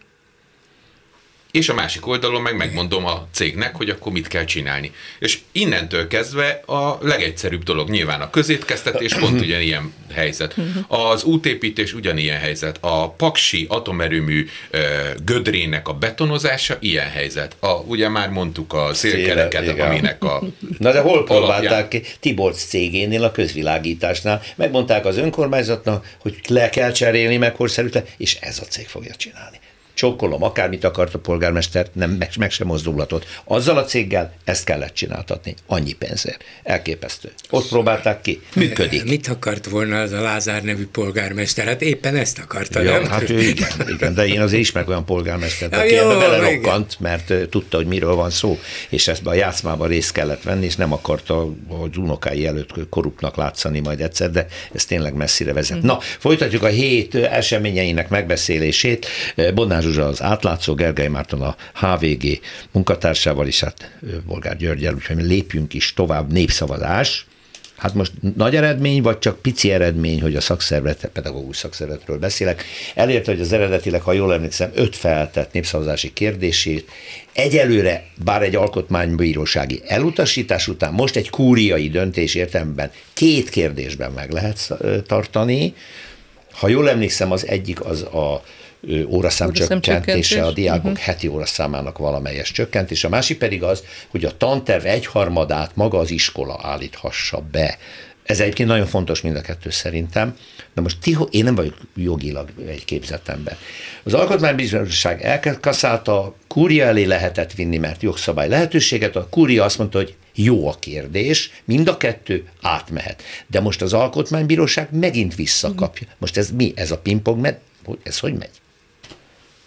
Speaker 4: és a másik oldalon megmondom a cégnek, hogy akkor mit kell csinálni. És innentől kezdve a legegyszerűbb dolog nyilván a közétkeztetés pont ugyanilyen helyzet. Az útépítés ugyanilyen helyzet. A paksi atomerőmű gödrének a betonozása ilyen helyzet. Ugye már mondtuk a szélkereket, aminek a
Speaker 2: Na de hol próbálták ki? Tiborcs cégénél, a közvilágításnál. Megmondták az önkormányzatnak, hogy le kell cserélni megkorszerűtlen, és ez a cég fogja csinálni. Csókolom, akármit akart a polgármester, meg sem mozdulatot. Azzal a céggel ezt kellett csináltatni. Annyi pénzért. Elképesztő. Ott próbálták ki. Működik.
Speaker 5: Mit akart volna az a Lázár nevű polgármester? Hát éppen ezt akarta,
Speaker 2: ja,
Speaker 5: nem?
Speaker 2: Hát ő igen, de én azért ismerek olyan polgármestert, aki ebbe belerokkant, mert tudta, hogy miről van szó, és ezt a játszmában részt kellett venni, és nem akarta, hogy unokái előtt korruptnak látszani majd egyszer, de ez tényleg messzire vezet. Na, folytatjuk a hét eseményeinek megbeszélését. Bodnár Zsuzsa az átlátszó, Gergely Márton a HVG munkatársával, és hát Bolgár Györgyel, úgyhogy lépjünk is tovább. Népszavazás. Hát most nagy eredmény, vagy csak pici eredmény, hogy a szakszervezet, pedagógus szakszervezetről beszélek, elérte, hogy az eredetileg, ha jól emlékszem, 5 feltett népszavazási kérdését egyelőre, bár egy alkotmánybírósági elutasítás után, most egy kúriai döntés értelemben 2 kérdésben meg lehet tartani. Ha jól emlékszem, az egyik az a óraszám csökkentése, a diákok heti óraszámának valamelyes csökkentése, a másik pedig az, hogy a tanterv 1/3 maga az iskola állíthassa be. Ez egyébként nagyon fontos mind a kettő szerintem, de most én nem vagyok jogilag egy képzett ember. Az Alkotmánybíróság elkasszálta, kúria elé lehetett vinni, mert jogszabály lehetőséget, a kúria azt mondta, hogy jó a kérdés, mind a kettő átmehet. De most az Alkotmánybíróság megint visszakapja. Most ez mi? Ez a pingpong, ez hogy megy?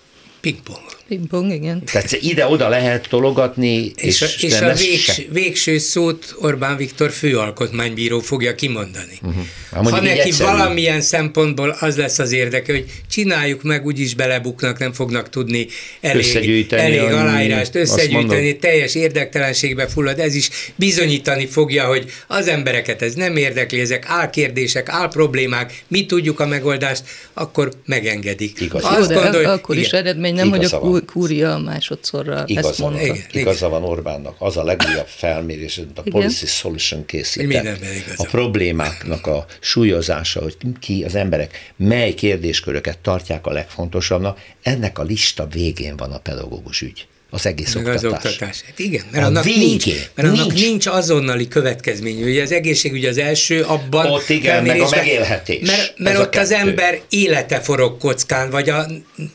Speaker 3: Pingpong, igen.
Speaker 2: Tehát ide-oda lehet tologatni, és
Speaker 5: a végső szót Orbán Viktor főalkotmánybíró fogja kimondani. Ha neki valamilyen szempontból az lesz az érdeke, hogy csináljuk meg, úgyis belebuknak, nem fognak tudni elég aláírást összegyűjteni, teljes érdektelenségbe fullad, ez is bizonyítani fogja, hogy az embereket ez nem érdekli, ezek álkérdések, álproblémák, mi tudjuk a megoldást, akkor megengedik.
Speaker 3: Akkor is eredmény nem, hogy a kúria másodszorra ezt mondta.
Speaker 2: Igaza van Orbánnak. Az a legújabb felmérés, a Policy Solution készített. A problémáknak a súlyozása, hogy ki az emberek mely kérdésköröket tartják a legfontosabbnak, ennek a lista végén van a pedagógus ügy. Az egész oktatás. Az oktatás.
Speaker 5: Hát igen, mert annak nincs azonnali következmény. Ugye az egészségügy az első, abban
Speaker 2: ott igen, meg a megélhetés.
Speaker 5: Mert ott az ember élete forog kockán, vagy a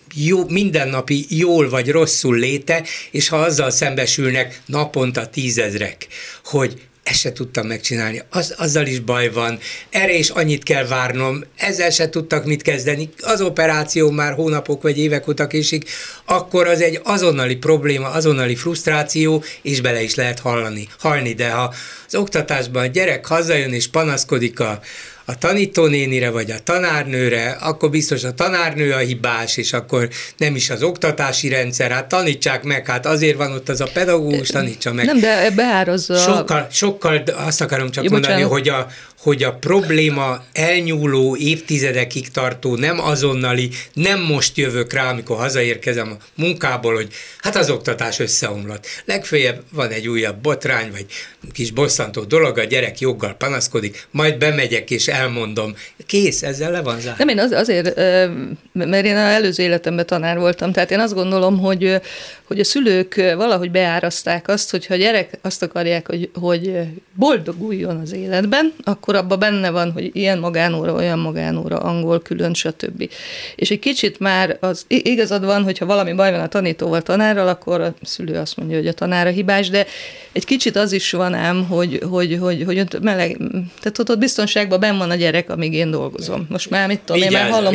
Speaker 5: mindennapi jól vagy rosszul léte, és ha azzal szembesülnek naponta 10 000, hogy ezt se tudtam megcsinálni, azzal is baj van, erre is annyit kell várnom, ezzel se tudtak mit kezdeni, az operáció már hónapok vagy évek óta késik, akkor az egy azonnali probléma, azonnali frusztráció, és bele is lehet halni, de ha az oktatásban a gyerek hazajön és panaszkodik a tanítónénire vagy a tanárnőre, akkor biztos a tanárnő a hibás, és akkor nem is az oktatási rendszer, hát tanítsák meg, hát azért van ott az a pedagógus, tanítsa meg.
Speaker 3: Nem, de beárazza.
Speaker 5: Sokkal azt akarom csak mondani, hogy a probléma elnyúló, évtizedekig tartó, nem azonnali, nem most jövök rá, amikor hazaérkezem a munkából, hogy hát az oktatás összeomlott. Legfeljebb van egy újabb botrány, vagy kis bosszantó dolog, a gyerek joggal panaszkodik, majd bemegyek és elmondom. Kész, ezzel le van zárva.
Speaker 3: Nem, én azért, mert én az előző életemben tanár voltam, tehát én azt gondolom, hogy a szülők valahogy beáraszták azt, hogyha a gyerek azt akarják, hogy boldoguljon az életben, akkor abban benne van, hogy ilyen magánóra, olyan magánóra, angol, külön, stb. És egy kicsit már az igazad van, hogyha valami baj van a tanítóval, tanárral, akkor a szülő azt mondja, hogy a tanár a hibás, de egy kicsit az is van ám, hogy ott meleg, tehát ott biztonságban benn van a gyerek, amíg én dolgozom. Most már mit tudom, én már hallom,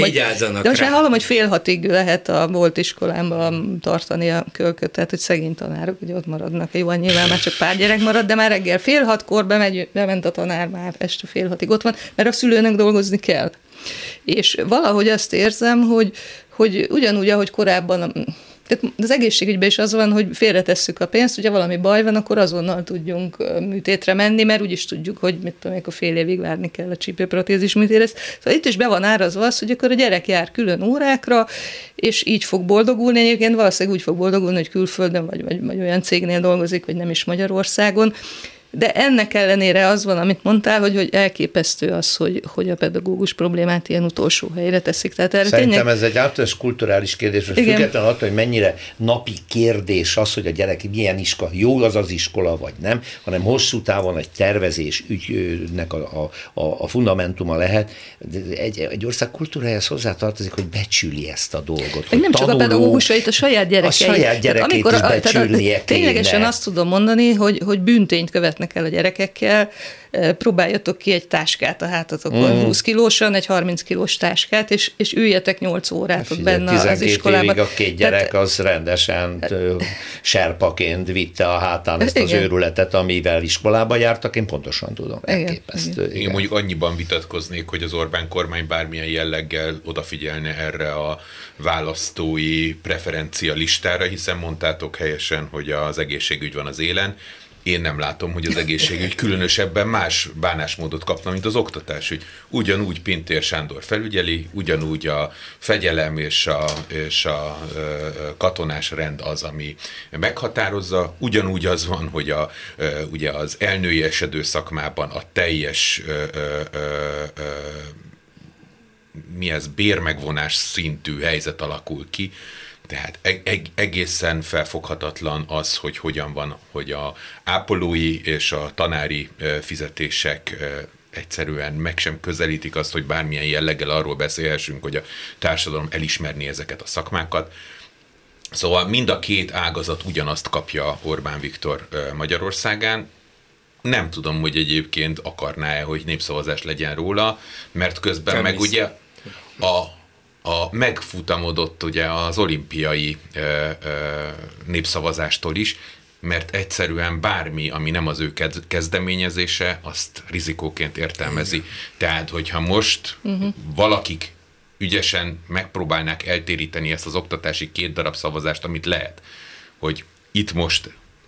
Speaker 3: hogy 5:30 lehet a volt iskolámban tartani a kölköt, tehát hogy szegény tanárok, hogy ott maradnak. Jó, nyilván már csak pár gyerek marad, de már reggel 5:30 bement a tanár, már este 5:30 ott van, mert a szülőnek dolgozni kell. És valahogy azt érzem, hogy ugyanúgy, ahogy korábban, tehát az egészségügyben is az van, hogy félretesszük a pénzt, ugye valami baj van, akkor azonnal tudjunk műtétre menni, mert úgyis tudjuk, hogy mit tudom, akkor fél évig várni kell a csípőprotézis műtéthez. Szóval itt is be van árazva az, hogy akkor a gyerek jár külön órákra, és így fog boldogulni. Egyébként valószínűleg úgy fog boldogulni, hogy külföldön, vagy olyan cégnél dolgozik, vagy nem is Magyarországon. De ennek ellenére az van, amit mondtál, hogy elképesztő az, hogy a pedagógus problémát ilyen utolsó helyre teszik. Tehát erre
Speaker 2: szerintem ez egy általános kulturális kérdés, hogy függetlenül attól, hogy mennyire napi kérdés az, hogy a gyerek milyen iskola, jó az iskola, vagy nem, hanem hosszú távon egy tervezés ügynek a fundamentuma lehet. Egy ország kultúrájához hozzátartozik, hogy becsüli ezt a dolgot.
Speaker 3: Nem csak a pedagógusait, a saját gyerekeit.
Speaker 2: A saját gyerekét is becsülnie
Speaker 3: ténylegesen azt tudom mondani, hogy bűntényt követnek el a gyerekekkel, próbáljatok ki egy táskát a hátatokon, 20 kilósan, egy 30 kilós táskát, és üljetek 8 órát ott benne az iskolában.
Speaker 2: 12 évig a 2 gyerek az rendesen serpaként vitte a hátán ezt az őrületet, amivel iskolába jártak, én pontosan tudom. Elképesztő.
Speaker 4: Én mondjuk annyiban vitatkoznék, hogy az Orbán kormány bármilyen jelleggel odafigyelne erre a választói preferencia listára, hiszen mondtátok helyesen, hogy az egészségügy van az élen. Én nem látom, hogy az egészségügy különösebben más bánásmódot kapna, mint az oktatásügy. Ugyanúgy Pintér Sándor felügyeli, ugyanúgy a fegyelem és a katonás rend az, ami meghatározza. Ugyanúgy az van, hogy ugye az elnői esedő szakmában a teljes bérmegvonás szintű helyzet alakul ki. Tehát egészen felfoghatatlan az, hogy hogyan van, hogy a ápolói és a tanári fizetések egyszerűen meg sem közelítik azt, hogy bármilyen jelleggel arról beszélhessünk, hogy a társadalom elismerni ezeket a szakmákat. Szóval mind a két ágazat ugyanazt kapja Orbán Viktor Magyarországán. Nem tudom, hogy egyébként akarná-e, hogy népszavazás legyen róla, mert közben meg ugye megfutamodott ugye az olimpiai népszavazástól is, mert egyszerűen bármi, ami nem az ő kezdeményezése, azt rizikóként értelmezi. Tehát, hogyha most valakik ügyesen megpróbálnák eltéríteni ezt az oktatási 2 darab szavazást, amit lehet, hogy itt most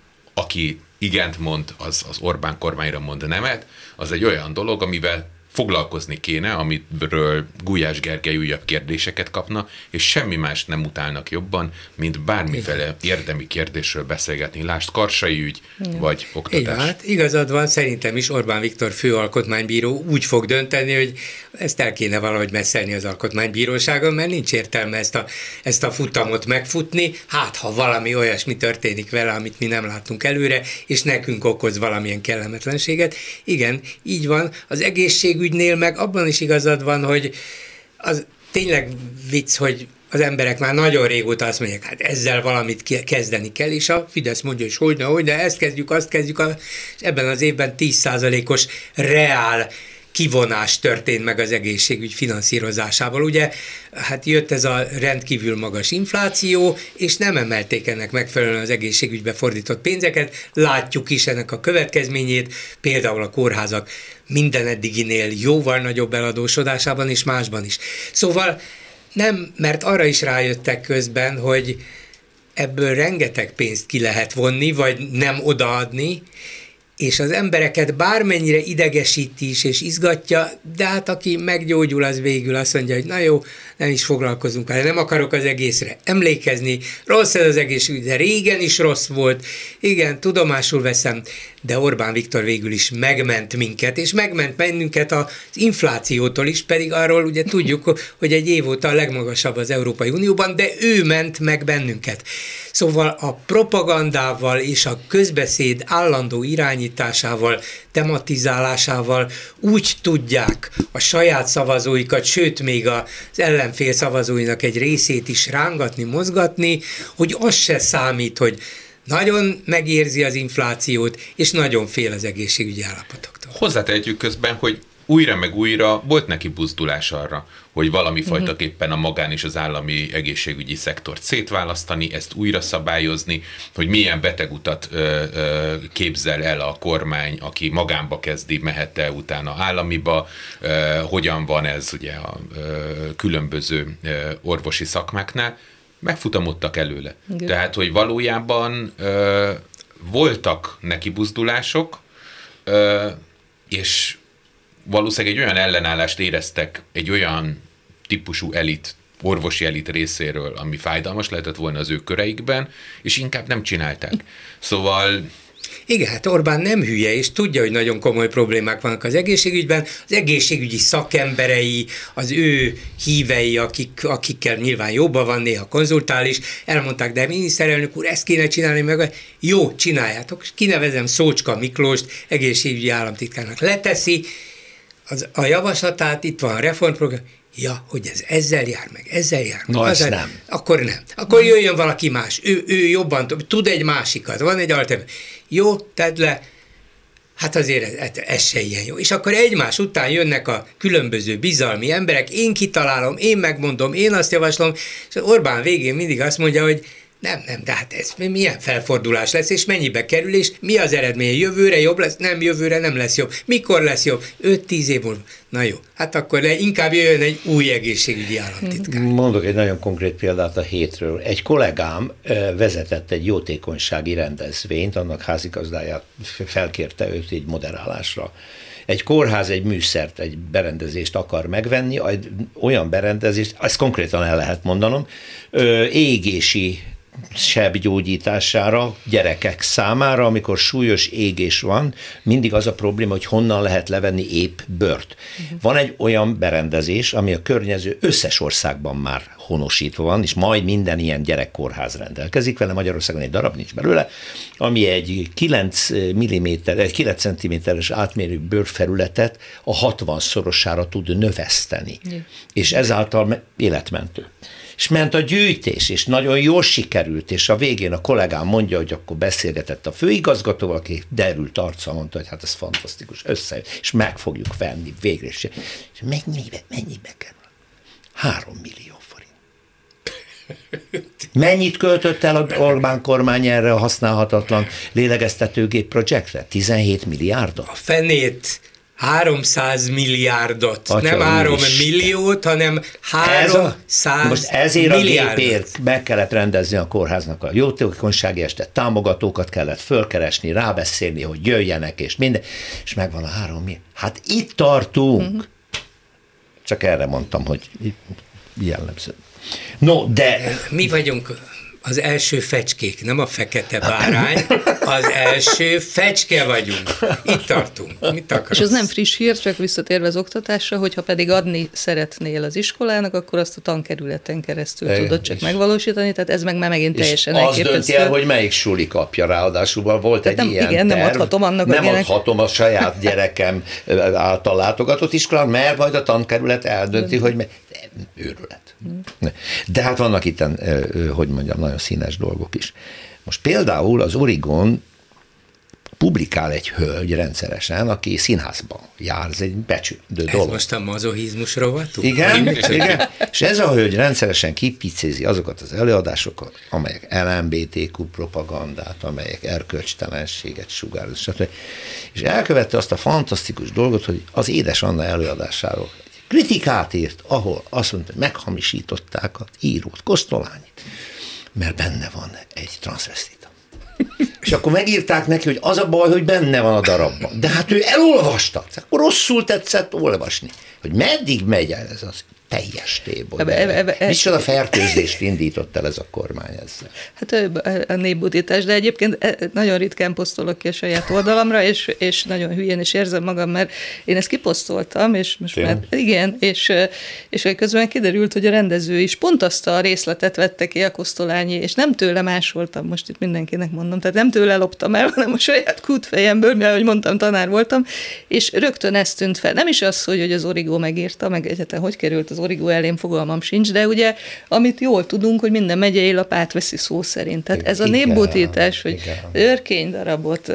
Speaker 4: aki igent mond, az Orbán kormányra mond nemet, az egy olyan dolog, amivel foglalkozni kéne, amiről Gulyás Gergely újabb kérdéseket kapna, és semmi más nem utálnak jobban, mint bármiféle érdemi kérdésről beszélgetni. Lásd, Karsai ügy, vagy oktatás.
Speaker 5: Igen, hát igazad van, szerintem is Orbán Viktor főalkotmánybíró úgy fog dönteni, hogy ezt el kéne valahogy messzelni az alkotmánybíróságon, mert nincs értelme ezt a futamot megfutni, hát ha valami olyasmi történik vele, amit mi nem látunk előre, és nekünk okoz valamilyen kellemetlenséget. Igen, így van. Az egészségügynél meg abban is igazad van, hogy az tényleg vicc, hogy az emberek már nagyon régóta azt mondják, hát ezzel valamit kezdeni kell, és a Fidesz mondja, hogy hogyne, ezt kezdjük, azt kezdjük, és ebben az évben 10%-os reál kivonás történt meg az egészségügy finanszírozásával. Ugye, hát jött ez a rendkívül magas infláció, és nem emelték ennek megfelelően az egészségügybe fordított pénzeket. Látjuk is ennek a következményét, például a kórházak minden eddiginél jóval nagyobb eladósodásában és másban is. Szóval nem, mert arra is rájöttek közben, hogy ebből rengeteg pénzt ki lehet vonni, vagy nem odaadni, és az embereket bármennyire idegesíti is és izgatja, de hát aki meggyógyul, az végül azt mondja, hogy na jó, nem is foglalkozunk vele, nem akarok az egészre emlékezni, rossz ez az egészségügy, de régen is rossz volt, igen, tudomásul veszem, de Orbán Viktor végül is megment minket, és megment bennünket az inflációtól is, pedig arról ugye tudjuk, hogy egy év óta a legmagasabb az Európai Unióban, de ő ment meg bennünket. Szóval a propagandával és a közbeszéd állandó irányításával, tematizálásával úgy tudják a saját szavazóikat, sőt még az ellenfél szavazóinak egy részét is rángatni, mozgatni, hogy az se számít, hogy nagyon megérzi az inflációt, és nagyon fél az egészségügyi állapotoktól.
Speaker 4: Hozzátehetjük közben, hogy újra meg újra volt neki buzdulás arra, hogy valami fajtaképpen a magán és az állami egészségügyi szektort szétválasztani, ezt újra szabályozni, hogy milyen betegutat képzel el a kormány, aki magánba kezdi, mehet-e utána államiba, hogyan van ez ugye a különböző orvosi szakmáknál, megfutamodtak előle. Igen. Tehát, hogy valójában voltak neki buzdulások, és valószínűleg egy olyan ellenállást éreztek egy olyan típusú elit, orvosi elit részéről, ami fájdalmas lehetett volna az ő köreikben, és inkább nem csinálták. Szóval...
Speaker 5: Igen, hát Orbán nem hülye, és tudja, hogy nagyon komoly problémák vannak az egészségügyben. Az egészségügyi szakemberei, az ő hívei, akikkel nyilván jobban van, néha konzultál is, elmondták, de miniszterelnök úr, ezt kéne csinálni, meg jó, csináljátok. Kinevezem Szócska Miklóst egészségügyi államtitkárnak. Leteszi a javaslatát, itt van a reformprogram, ja, hogy ez ezzel jár meg, ezzel jár meg.
Speaker 2: No, ezt nem.
Speaker 5: Akkor nem. Akkor jöjjön valaki más. Ő jobban tud egy másikat. Van egy alternatív. Jó, tedd le. Hát azért ez se ilyen jó. És akkor egymás után jönnek a különböző bizalmi emberek, én kitalálom, én megmondom, én azt javaslom, és Orbán végén mindig azt mondja, hogy nem, de hát ez milyen felfordulás lesz, és mennyibe kerül, és mi az eredmény? Jövőre jobb lesz? Nem, jövőre nem lesz jobb. Mikor lesz jobb? 5-10 év múlva. Na jó, hát akkor inkább jöjjön egy új egészségügyi államtitkár.
Speaker 2: Mondok egy nagyon konkrét példát a hétről. Egy kollégám vezetett egy jótékonysági rendezvényt, annak házigazdáját felkérte őt egy moderálásra. Egy kórház egy műszert, egy berendezést akar megvenni, olyan berendezést, ezt konkrétan el lehet mondanom, égési sebgyógyítására, gyerekek számára, amikor súlyos égés van, mindig az a probléma, hogy honnan lehet levenni épp bőrt. Van egy olyan berendezés, ami a környező összes országban már honosítva van, és majd minden ilyen gyerekkórház rendelkezik vele, Magyarországon egy darab nincs belőle, ami egy 9 cm-es átmérő bőrfelületet a 60-szorosára tud növeszteni. És ezáltal életmentő. És ment a gyűjtés, és nagyon jól sikerült, és a végén a kollégám mondja, hogy akkor beszélgetett a főigazgatóval, aki derült arccal mondta, hogy hát ez fantasztikus, és meg fogjuk venni végre. És mennyibe kerül? 3 millió forint. Mennyit költött el a Orbán kormány erre a használhatatlan lélegeztetőgép projektre? 17 milliárdot?
Speaker 5: A fenét 300 milliárdot,
Speaker 2: Atya
Speaker 5: nem 3
Speaker 2: Isten.
Speaker 5: milliót, hanem 300
Speaker 2: most ezért
Speaker 5: milliárdot.
Speaker 2: a gépért meg kellett rendezni a kórháznak a jótékonysági estet, támogatókat kellett fölkeresni, rábeszélni, hogy jöjjenek, és minden, és megvan a 3 milliárd. Hát itt tartunk. Csak erre mondtam, hogy jellemző. No, de...
Speaker 5: Mi vagyunk az első fecskék, nem a fekete bárány, az első fecske vagyunk. Itt tartunk. Mit akarsz?
Speaker 3: És az nem friss hír, csak visszatérve az oktatásra, hogyha pedig adni szeretnél az iskolának, akkor azt a tankerületen keresztül tudod csak megvalósítani, tehát ez meg már megint teljesen
Speaker 2: elképesztő. És az dönti el, hogy melyik suli kapja, ráadásul volt
Speaker 3: tehát
Speaker 2: egy
Speaker 3: nem,
Speaker 2: ilyen
Speaker 3: igen,
Speaker 2: terv.
Speaker 3: nem adhatom annak,
Speaker 2: nem adhatom a saját gyerekem által látogatott iskolán, mert majd a tankerület eldönti, hogy őrület. De hát vannak itt, hogy mondjam, nagyon színes dolgok is. Most például az Origon publikál egy hölgy rendszeresen, aki színházban jár, ez egy becsülő dolog.
Speaker 5: Ez most a mazohizmus rovatunk?
Speaker 2: Igen, igen. És ez a hölgy rendszeresen kipicézi azokat az előadásokat, amelyek LMBTQ propagandát, amelyek erkölcstelenséget sugároz, stb. És elkövette azt a fantasztikus dolgot, hogy az Édes Anna előadásáról kritikát írt, ahol azt mondta, hogy meghamisították az írót, Kosztolányit, mert benne van egy transzvesztita. És akkor megírták neki, hogy az a baj, hogy benne van a darabban. De hát ő elolvasta, akkor rosszul tetszett olvasni. Hogy meddig megy el ez az teljes téboly. Micsoda fertőzést indított el ez a kormány ezzel. Hát
Speaker 3: a népbutítás, de egyébként nagyon ritkán posztolok ki a saját oldalamra, és nagyon hülyén is érzem magam, mert én ezt kiposztoltam, és most már igen, és közben kiderült, hogy a rendező is pont azt a részletet vette ki, a Kosztolányi, és nem tőle másoltam, most itt mindenkinek mondom, tehát nem tőle loptam el, hanem a saját kútfejemből, mert ahogy mondtam, tanár voltam, és rögtön ezt tűnt fel. Nem is az, hogy az Origo megírta, meg egyáltalán hogy került az Origo elém, fogalmam sincs, de ugye, amit jól tudunk, hogy minden megyei lap átveszi szó szerint. Tehát ez a népbutítás, hogy őrkénydarabot,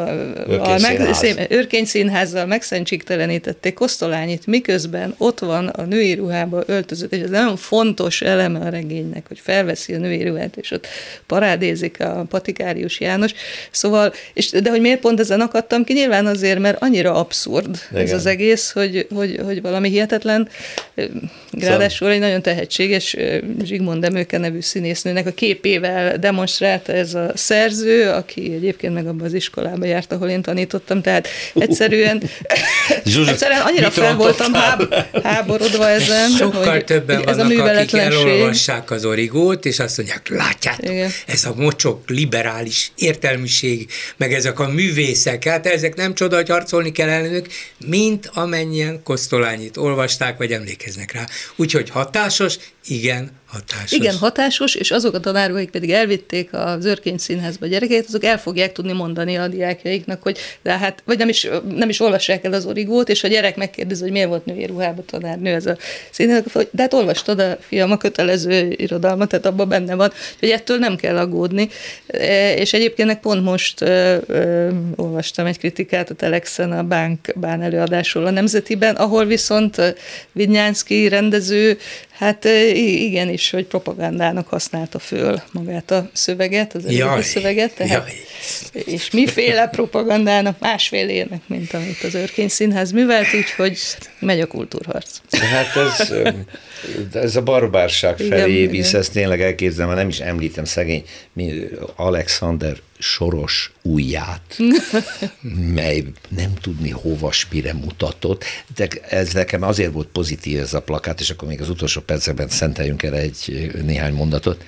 Speaker 3: őrkényszínházzal megszentségtelenítették Kosztolányit, miközben ott van a női ruhába öltözött, és ez nagyon fontos eleme a regénynek, hogy felveszi a női ruhát, és ott parádézik a Patikárius János. Szóval, de hogy miért pont ezen akadtam ki? Nyilván azért, mert annyira abszurd ez az egész, hogy valami hihetetlen. Ráadásul egy nagyon tehetséges Zsigmond Emőke nevű színésznőnek a képével demonstrálta ez a szerző, aki egyébként meg abban az iskolába járt, ahol én tanítottam, tehát egyszerűen annyira fel voltam háborodva ezen.
Speaker 5: Sokkal többen vannak, akik elolvassák az Origót, és azt mondják, látjátok, igen, ez a mocsok liberális értelmiség, meg ezek a művészek, hát ezek nem csoda, hogy harcolni kell ellenük, mint amennyien Kosztolányit olvasták, vagy emlékeznek rá. Úgyhogy hatásos, igen, hatásos.
Speaker 3: Igen, hatásos, és azok a tanárok, akik pedig elvitték az Őrkényszínházba a gyerekeket, azok el fogják tudni mondani a diákjaiknak, hogy de hát, vagy nem is olvassák el az Origót, és a gyerek megkérdezi, hogy miért volt női ruhában tanárnő ez a színház, de hát olvastad a fiam a kötelező irodalmat, tehát abban benne van, hogy ettől nem kell aggódni. És egyébként pont most olvastam egy kritikát a Telexen a Bán előadásról a Nemzetiben, ahol viszont Vidnyánszky rendező, hát igenis, hogy propagandának használta föl magát a szöveget, az eredeti szöveget, tehát, és miféle propagandának, másfélének, mint amit az Őrkényszínház művelt, úgyhogy megy a kultúrharc.
Speaker 2: Hát ez a barbárság felé visz, ezt tényleg elképzelem, mert nem is említem szegény Alexander Soros ujját, mely nem tudni hova spire mutatott, de ez nekem azért volt pozitív ez a plakát, és akkor még az utolsó percekben szenteljünk el néhány mondatot.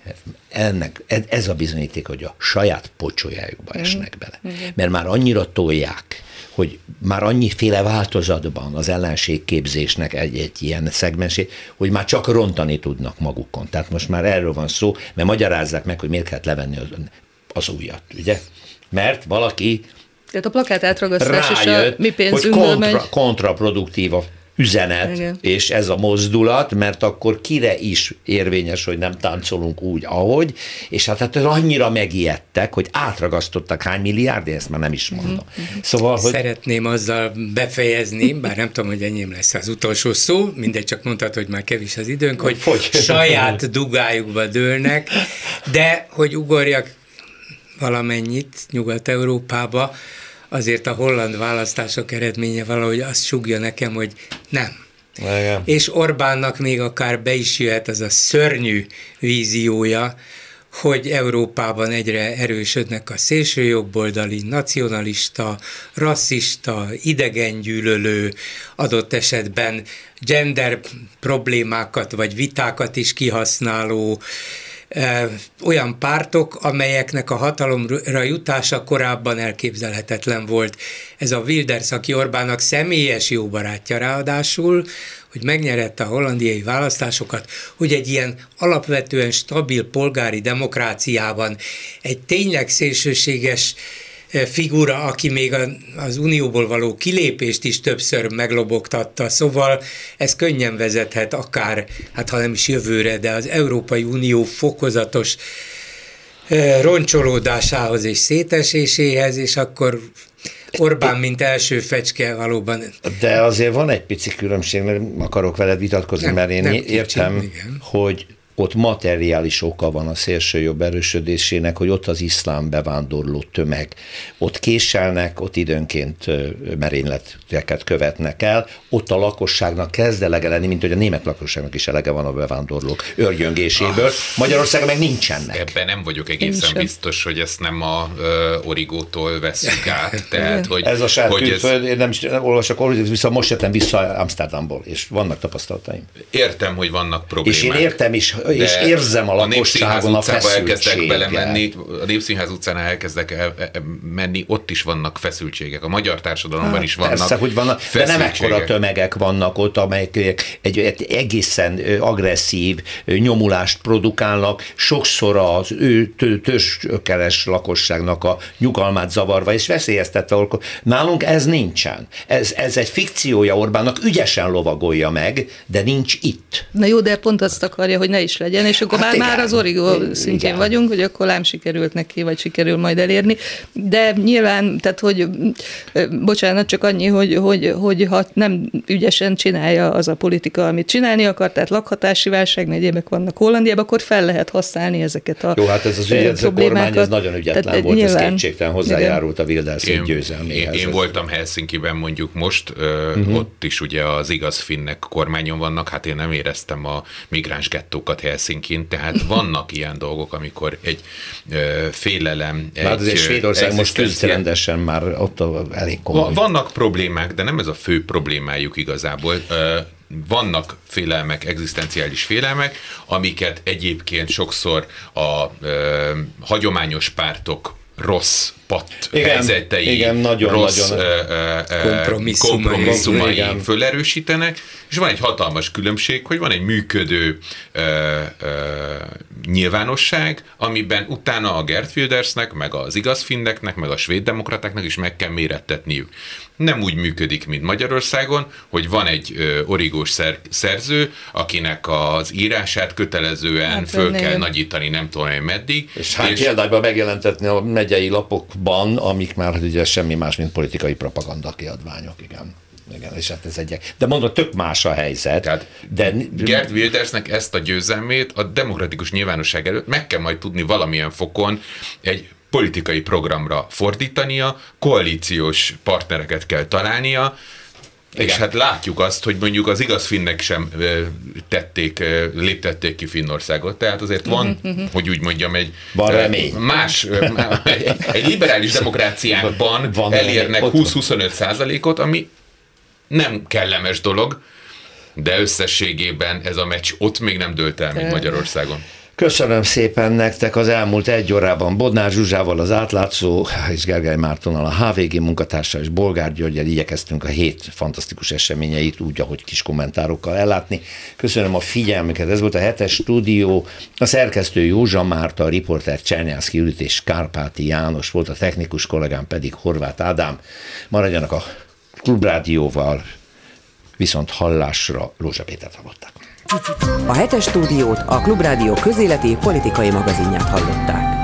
Speaker 2: Ez a bizonyíték, hogy a saját pocsolyájukba esnek bele. Mert már annyira tolják, hogy már annyiféle változatban az ellenségképzésnek egy ilyen szegmensé, hogy már csak rontani tudnak magukon. Tehát most már erről van szó, mert magyarázzák meg, hogy miért kellett levenni az ujjat, ugye? Mert valaki
Speaker 3: tehát a plakát átragasztás és a mi
Speaker 2: pénzünkből megy. Kontraproduktív a üzenet,
Speaker 3: igen.
Speaker 2: és ez a mozdulat, mert akkor kire is érvényes, hogy nem táncolunk úgy, ahogy, és hát annyira megijedtek, hogy átragasztottak hány milliárd, ezt már nem is mondom. Szóval, hogy...
Speaker 5: Szeretném azzal befejezni, bár nem tudom, hogy enyém lesz az utolsó szó, mindegy, csak mondtad, hogy már kevés az időnk, hogy saját dugájukba dőlnek, de hogy ugorjak valamennyit Nyugat-Európába, azért a holland választások eredménye valahogy azt sugja nekem, hogy nem.
Speaker 2: Igen.
Speaker 5: És Orbánnak még akár be is jöhet az a szörnyű víziója, hogy Európában egyre erősödnek a szélsőjobboldali, nacionalista, rasszista, idegengyűlölő, adott esetben gender problémákat vagy vitákat is kihasználó olyan pártok, amelyeknek a hatalomra jutása korábban elképzelhetetlen volt. Ez a Wilders, aki Orbánnak személyes jó barátja ráadásul, hogy megnyerette a hollandiai választásokat, hogy egy ilyen alapvetően stabil polgári demokráciában egy tényleg szélsőséges figura, aki még az unióból való kilépést is többször meglobogtatta, szóval ez könnyen vezethet akár, hát ha nem is jövőre, de az Európai Unió fokozatos roncsolódásához és széteséséhez, és akkor Orbán, mint első fecske valóban...
Speaker 2: De azért van egy pici különbség, nem akarok veled vitatkozni, mert én értem, hogy ott materiális oka van a szélsőjobb erősödésének, hogy ott az iszlám bevándorló tömeg. Ott késelnek, ott időnként merényleteket követnek el, ott a lakosságnak kezd elege lenni, mint hogy a német lakosságnak is elege van a bevándorlók örgyöngéséből. Magyarországon meg nincsenek.
Speaker 4: Ebben nem vagyok egészen biztos, hogy ezt nem a Origótól vesszük át. Tehát, hogy,
Speaker 2: ez a serkőföld, én nem is olvasok, viszont most jöttem vissza Amsterdamból, és vannak tapasztalataim.
Speaker 4: Értem, hogy vannak problémák.
Speaker 2: És én értem is, és érzem a lakosságon a feszültséget.
Speaker 4: A Népszínház utcán elkezdek menni, ott is vannak feszültségek. A magyar társadalomban is vannak.
Speaker 2: Persze, hogy vannak, de nem ekkora tömegek vannak ott, amelyek egy egészen agresszív nyomulást produkálnak, sokszor az ő törzsökeres lakosságnak a nyugalmát zavarva és veszélyeztetve. Nálunk ez nincsen. Ez egy fikciója Orbánnak, ügyesen lovagolja meg, de nincs itt.
Speaker 3: Na jó, de pont azt akarja, hogy ne is legyen, és akkor már az Origó szintjén vagyunk, hogy akkor nem sikerült neki, vagy sikerül majd elérni. De nyilván, tehát hogy, bocsánat, csak annyi, hogy ha nem ügyesen csinálja az a politika, amit csinálni akar, tehát lakhatási válság, egyébek vannak Hollandiában, akkor fel lehet használni ezeket a
Speaker 2: Jó, hát ez az ügyező kormány, ez nagyon ügyetlen volt, nyilván, ez kétségtelen hozzájárult a Wilders győzelméhez.
Speaker 4: Én voltam Helsinkiben mondjuk most, ott is ugye az igaz finnek kormányon vannak, hát én nem éreztem a migráns gettókat Helsinkin, tehát vannak ilyen dolgok, amikor egy félelem...
Speaker 2: Hát azért Svédország most tűzrendesen már ott elég komoly.
Speaker 4: Vannak problémák, de nem ez a fő problémájuk igazából. Vannak félelmek, egzisztenciális félelmek, amiket egyébként sokszor a hagyományos pártok rossz helyzetei, rossz kompromisszumai fölerősítenek, és van egy hatalmas különbség, hogy van egy működő nyilvánosság, amiben utána a Geert Wildersnek, meg az igazfinneknek, meg a svéd demokratáknak is meg kell mérettetniük. Nem úgy működik, mint Magyarországon, hogy van egy origós szerző, akinek az írását kötelezően föl kell nagyítani, nem tudom, hogy meddig.
Speaker 2: És példányban megjelentetni a megyei lapokban, amik már ugye semmi más, mint politikai propaganda kiadványok, igen. Igen, és hát ez de mondom, tök más a helyzet.
Speaker 4: Tehát Geert Wildersnek ezt a győzelmét a demokratikus nyilvánosság előtt meg kell majd tudni valamilyen fokon egy politikai programra fordítania, koalíciós partnereket kell találnia, igen. És hát látjuk azt, hogy mondjuk az igazfinnek sem léptették ki Finnországot, tehát azért van, hogy úgy mondjam, egy egy liberális demokráciákban elérnek 20-25%-ot, ami nem kellemes dolog, de összességében ez a meccs ott még nem dőlt el, mint Magyarországon.
Speaker 2: Köszönöm szépen nektek az elmúlt egy órában Bodnár Zsuzsával, az Átlátszó, és Gergely Mártonnal, a HVG munkatársa, és Bolgár Györggyel igyekeztünk a hét fantasztikus eseményeit úgy, ahogy kis kommentárokkal ellátni. Köszönöm a figyelmüket, ez volt a 7-es stúdió, a szerkesztő Józsa Márta, a riporter Csernyánszky Judit és Kárpáti János volt, a technikus kollégám pedig Horváth Ádám. Maradjanak a Klubrádióval, viszont hallásra Rózsa Pétert hallották.
Speaker 1: A Hetes Stúdiót, a Klubrádió közéleti politikai magazinját hallották.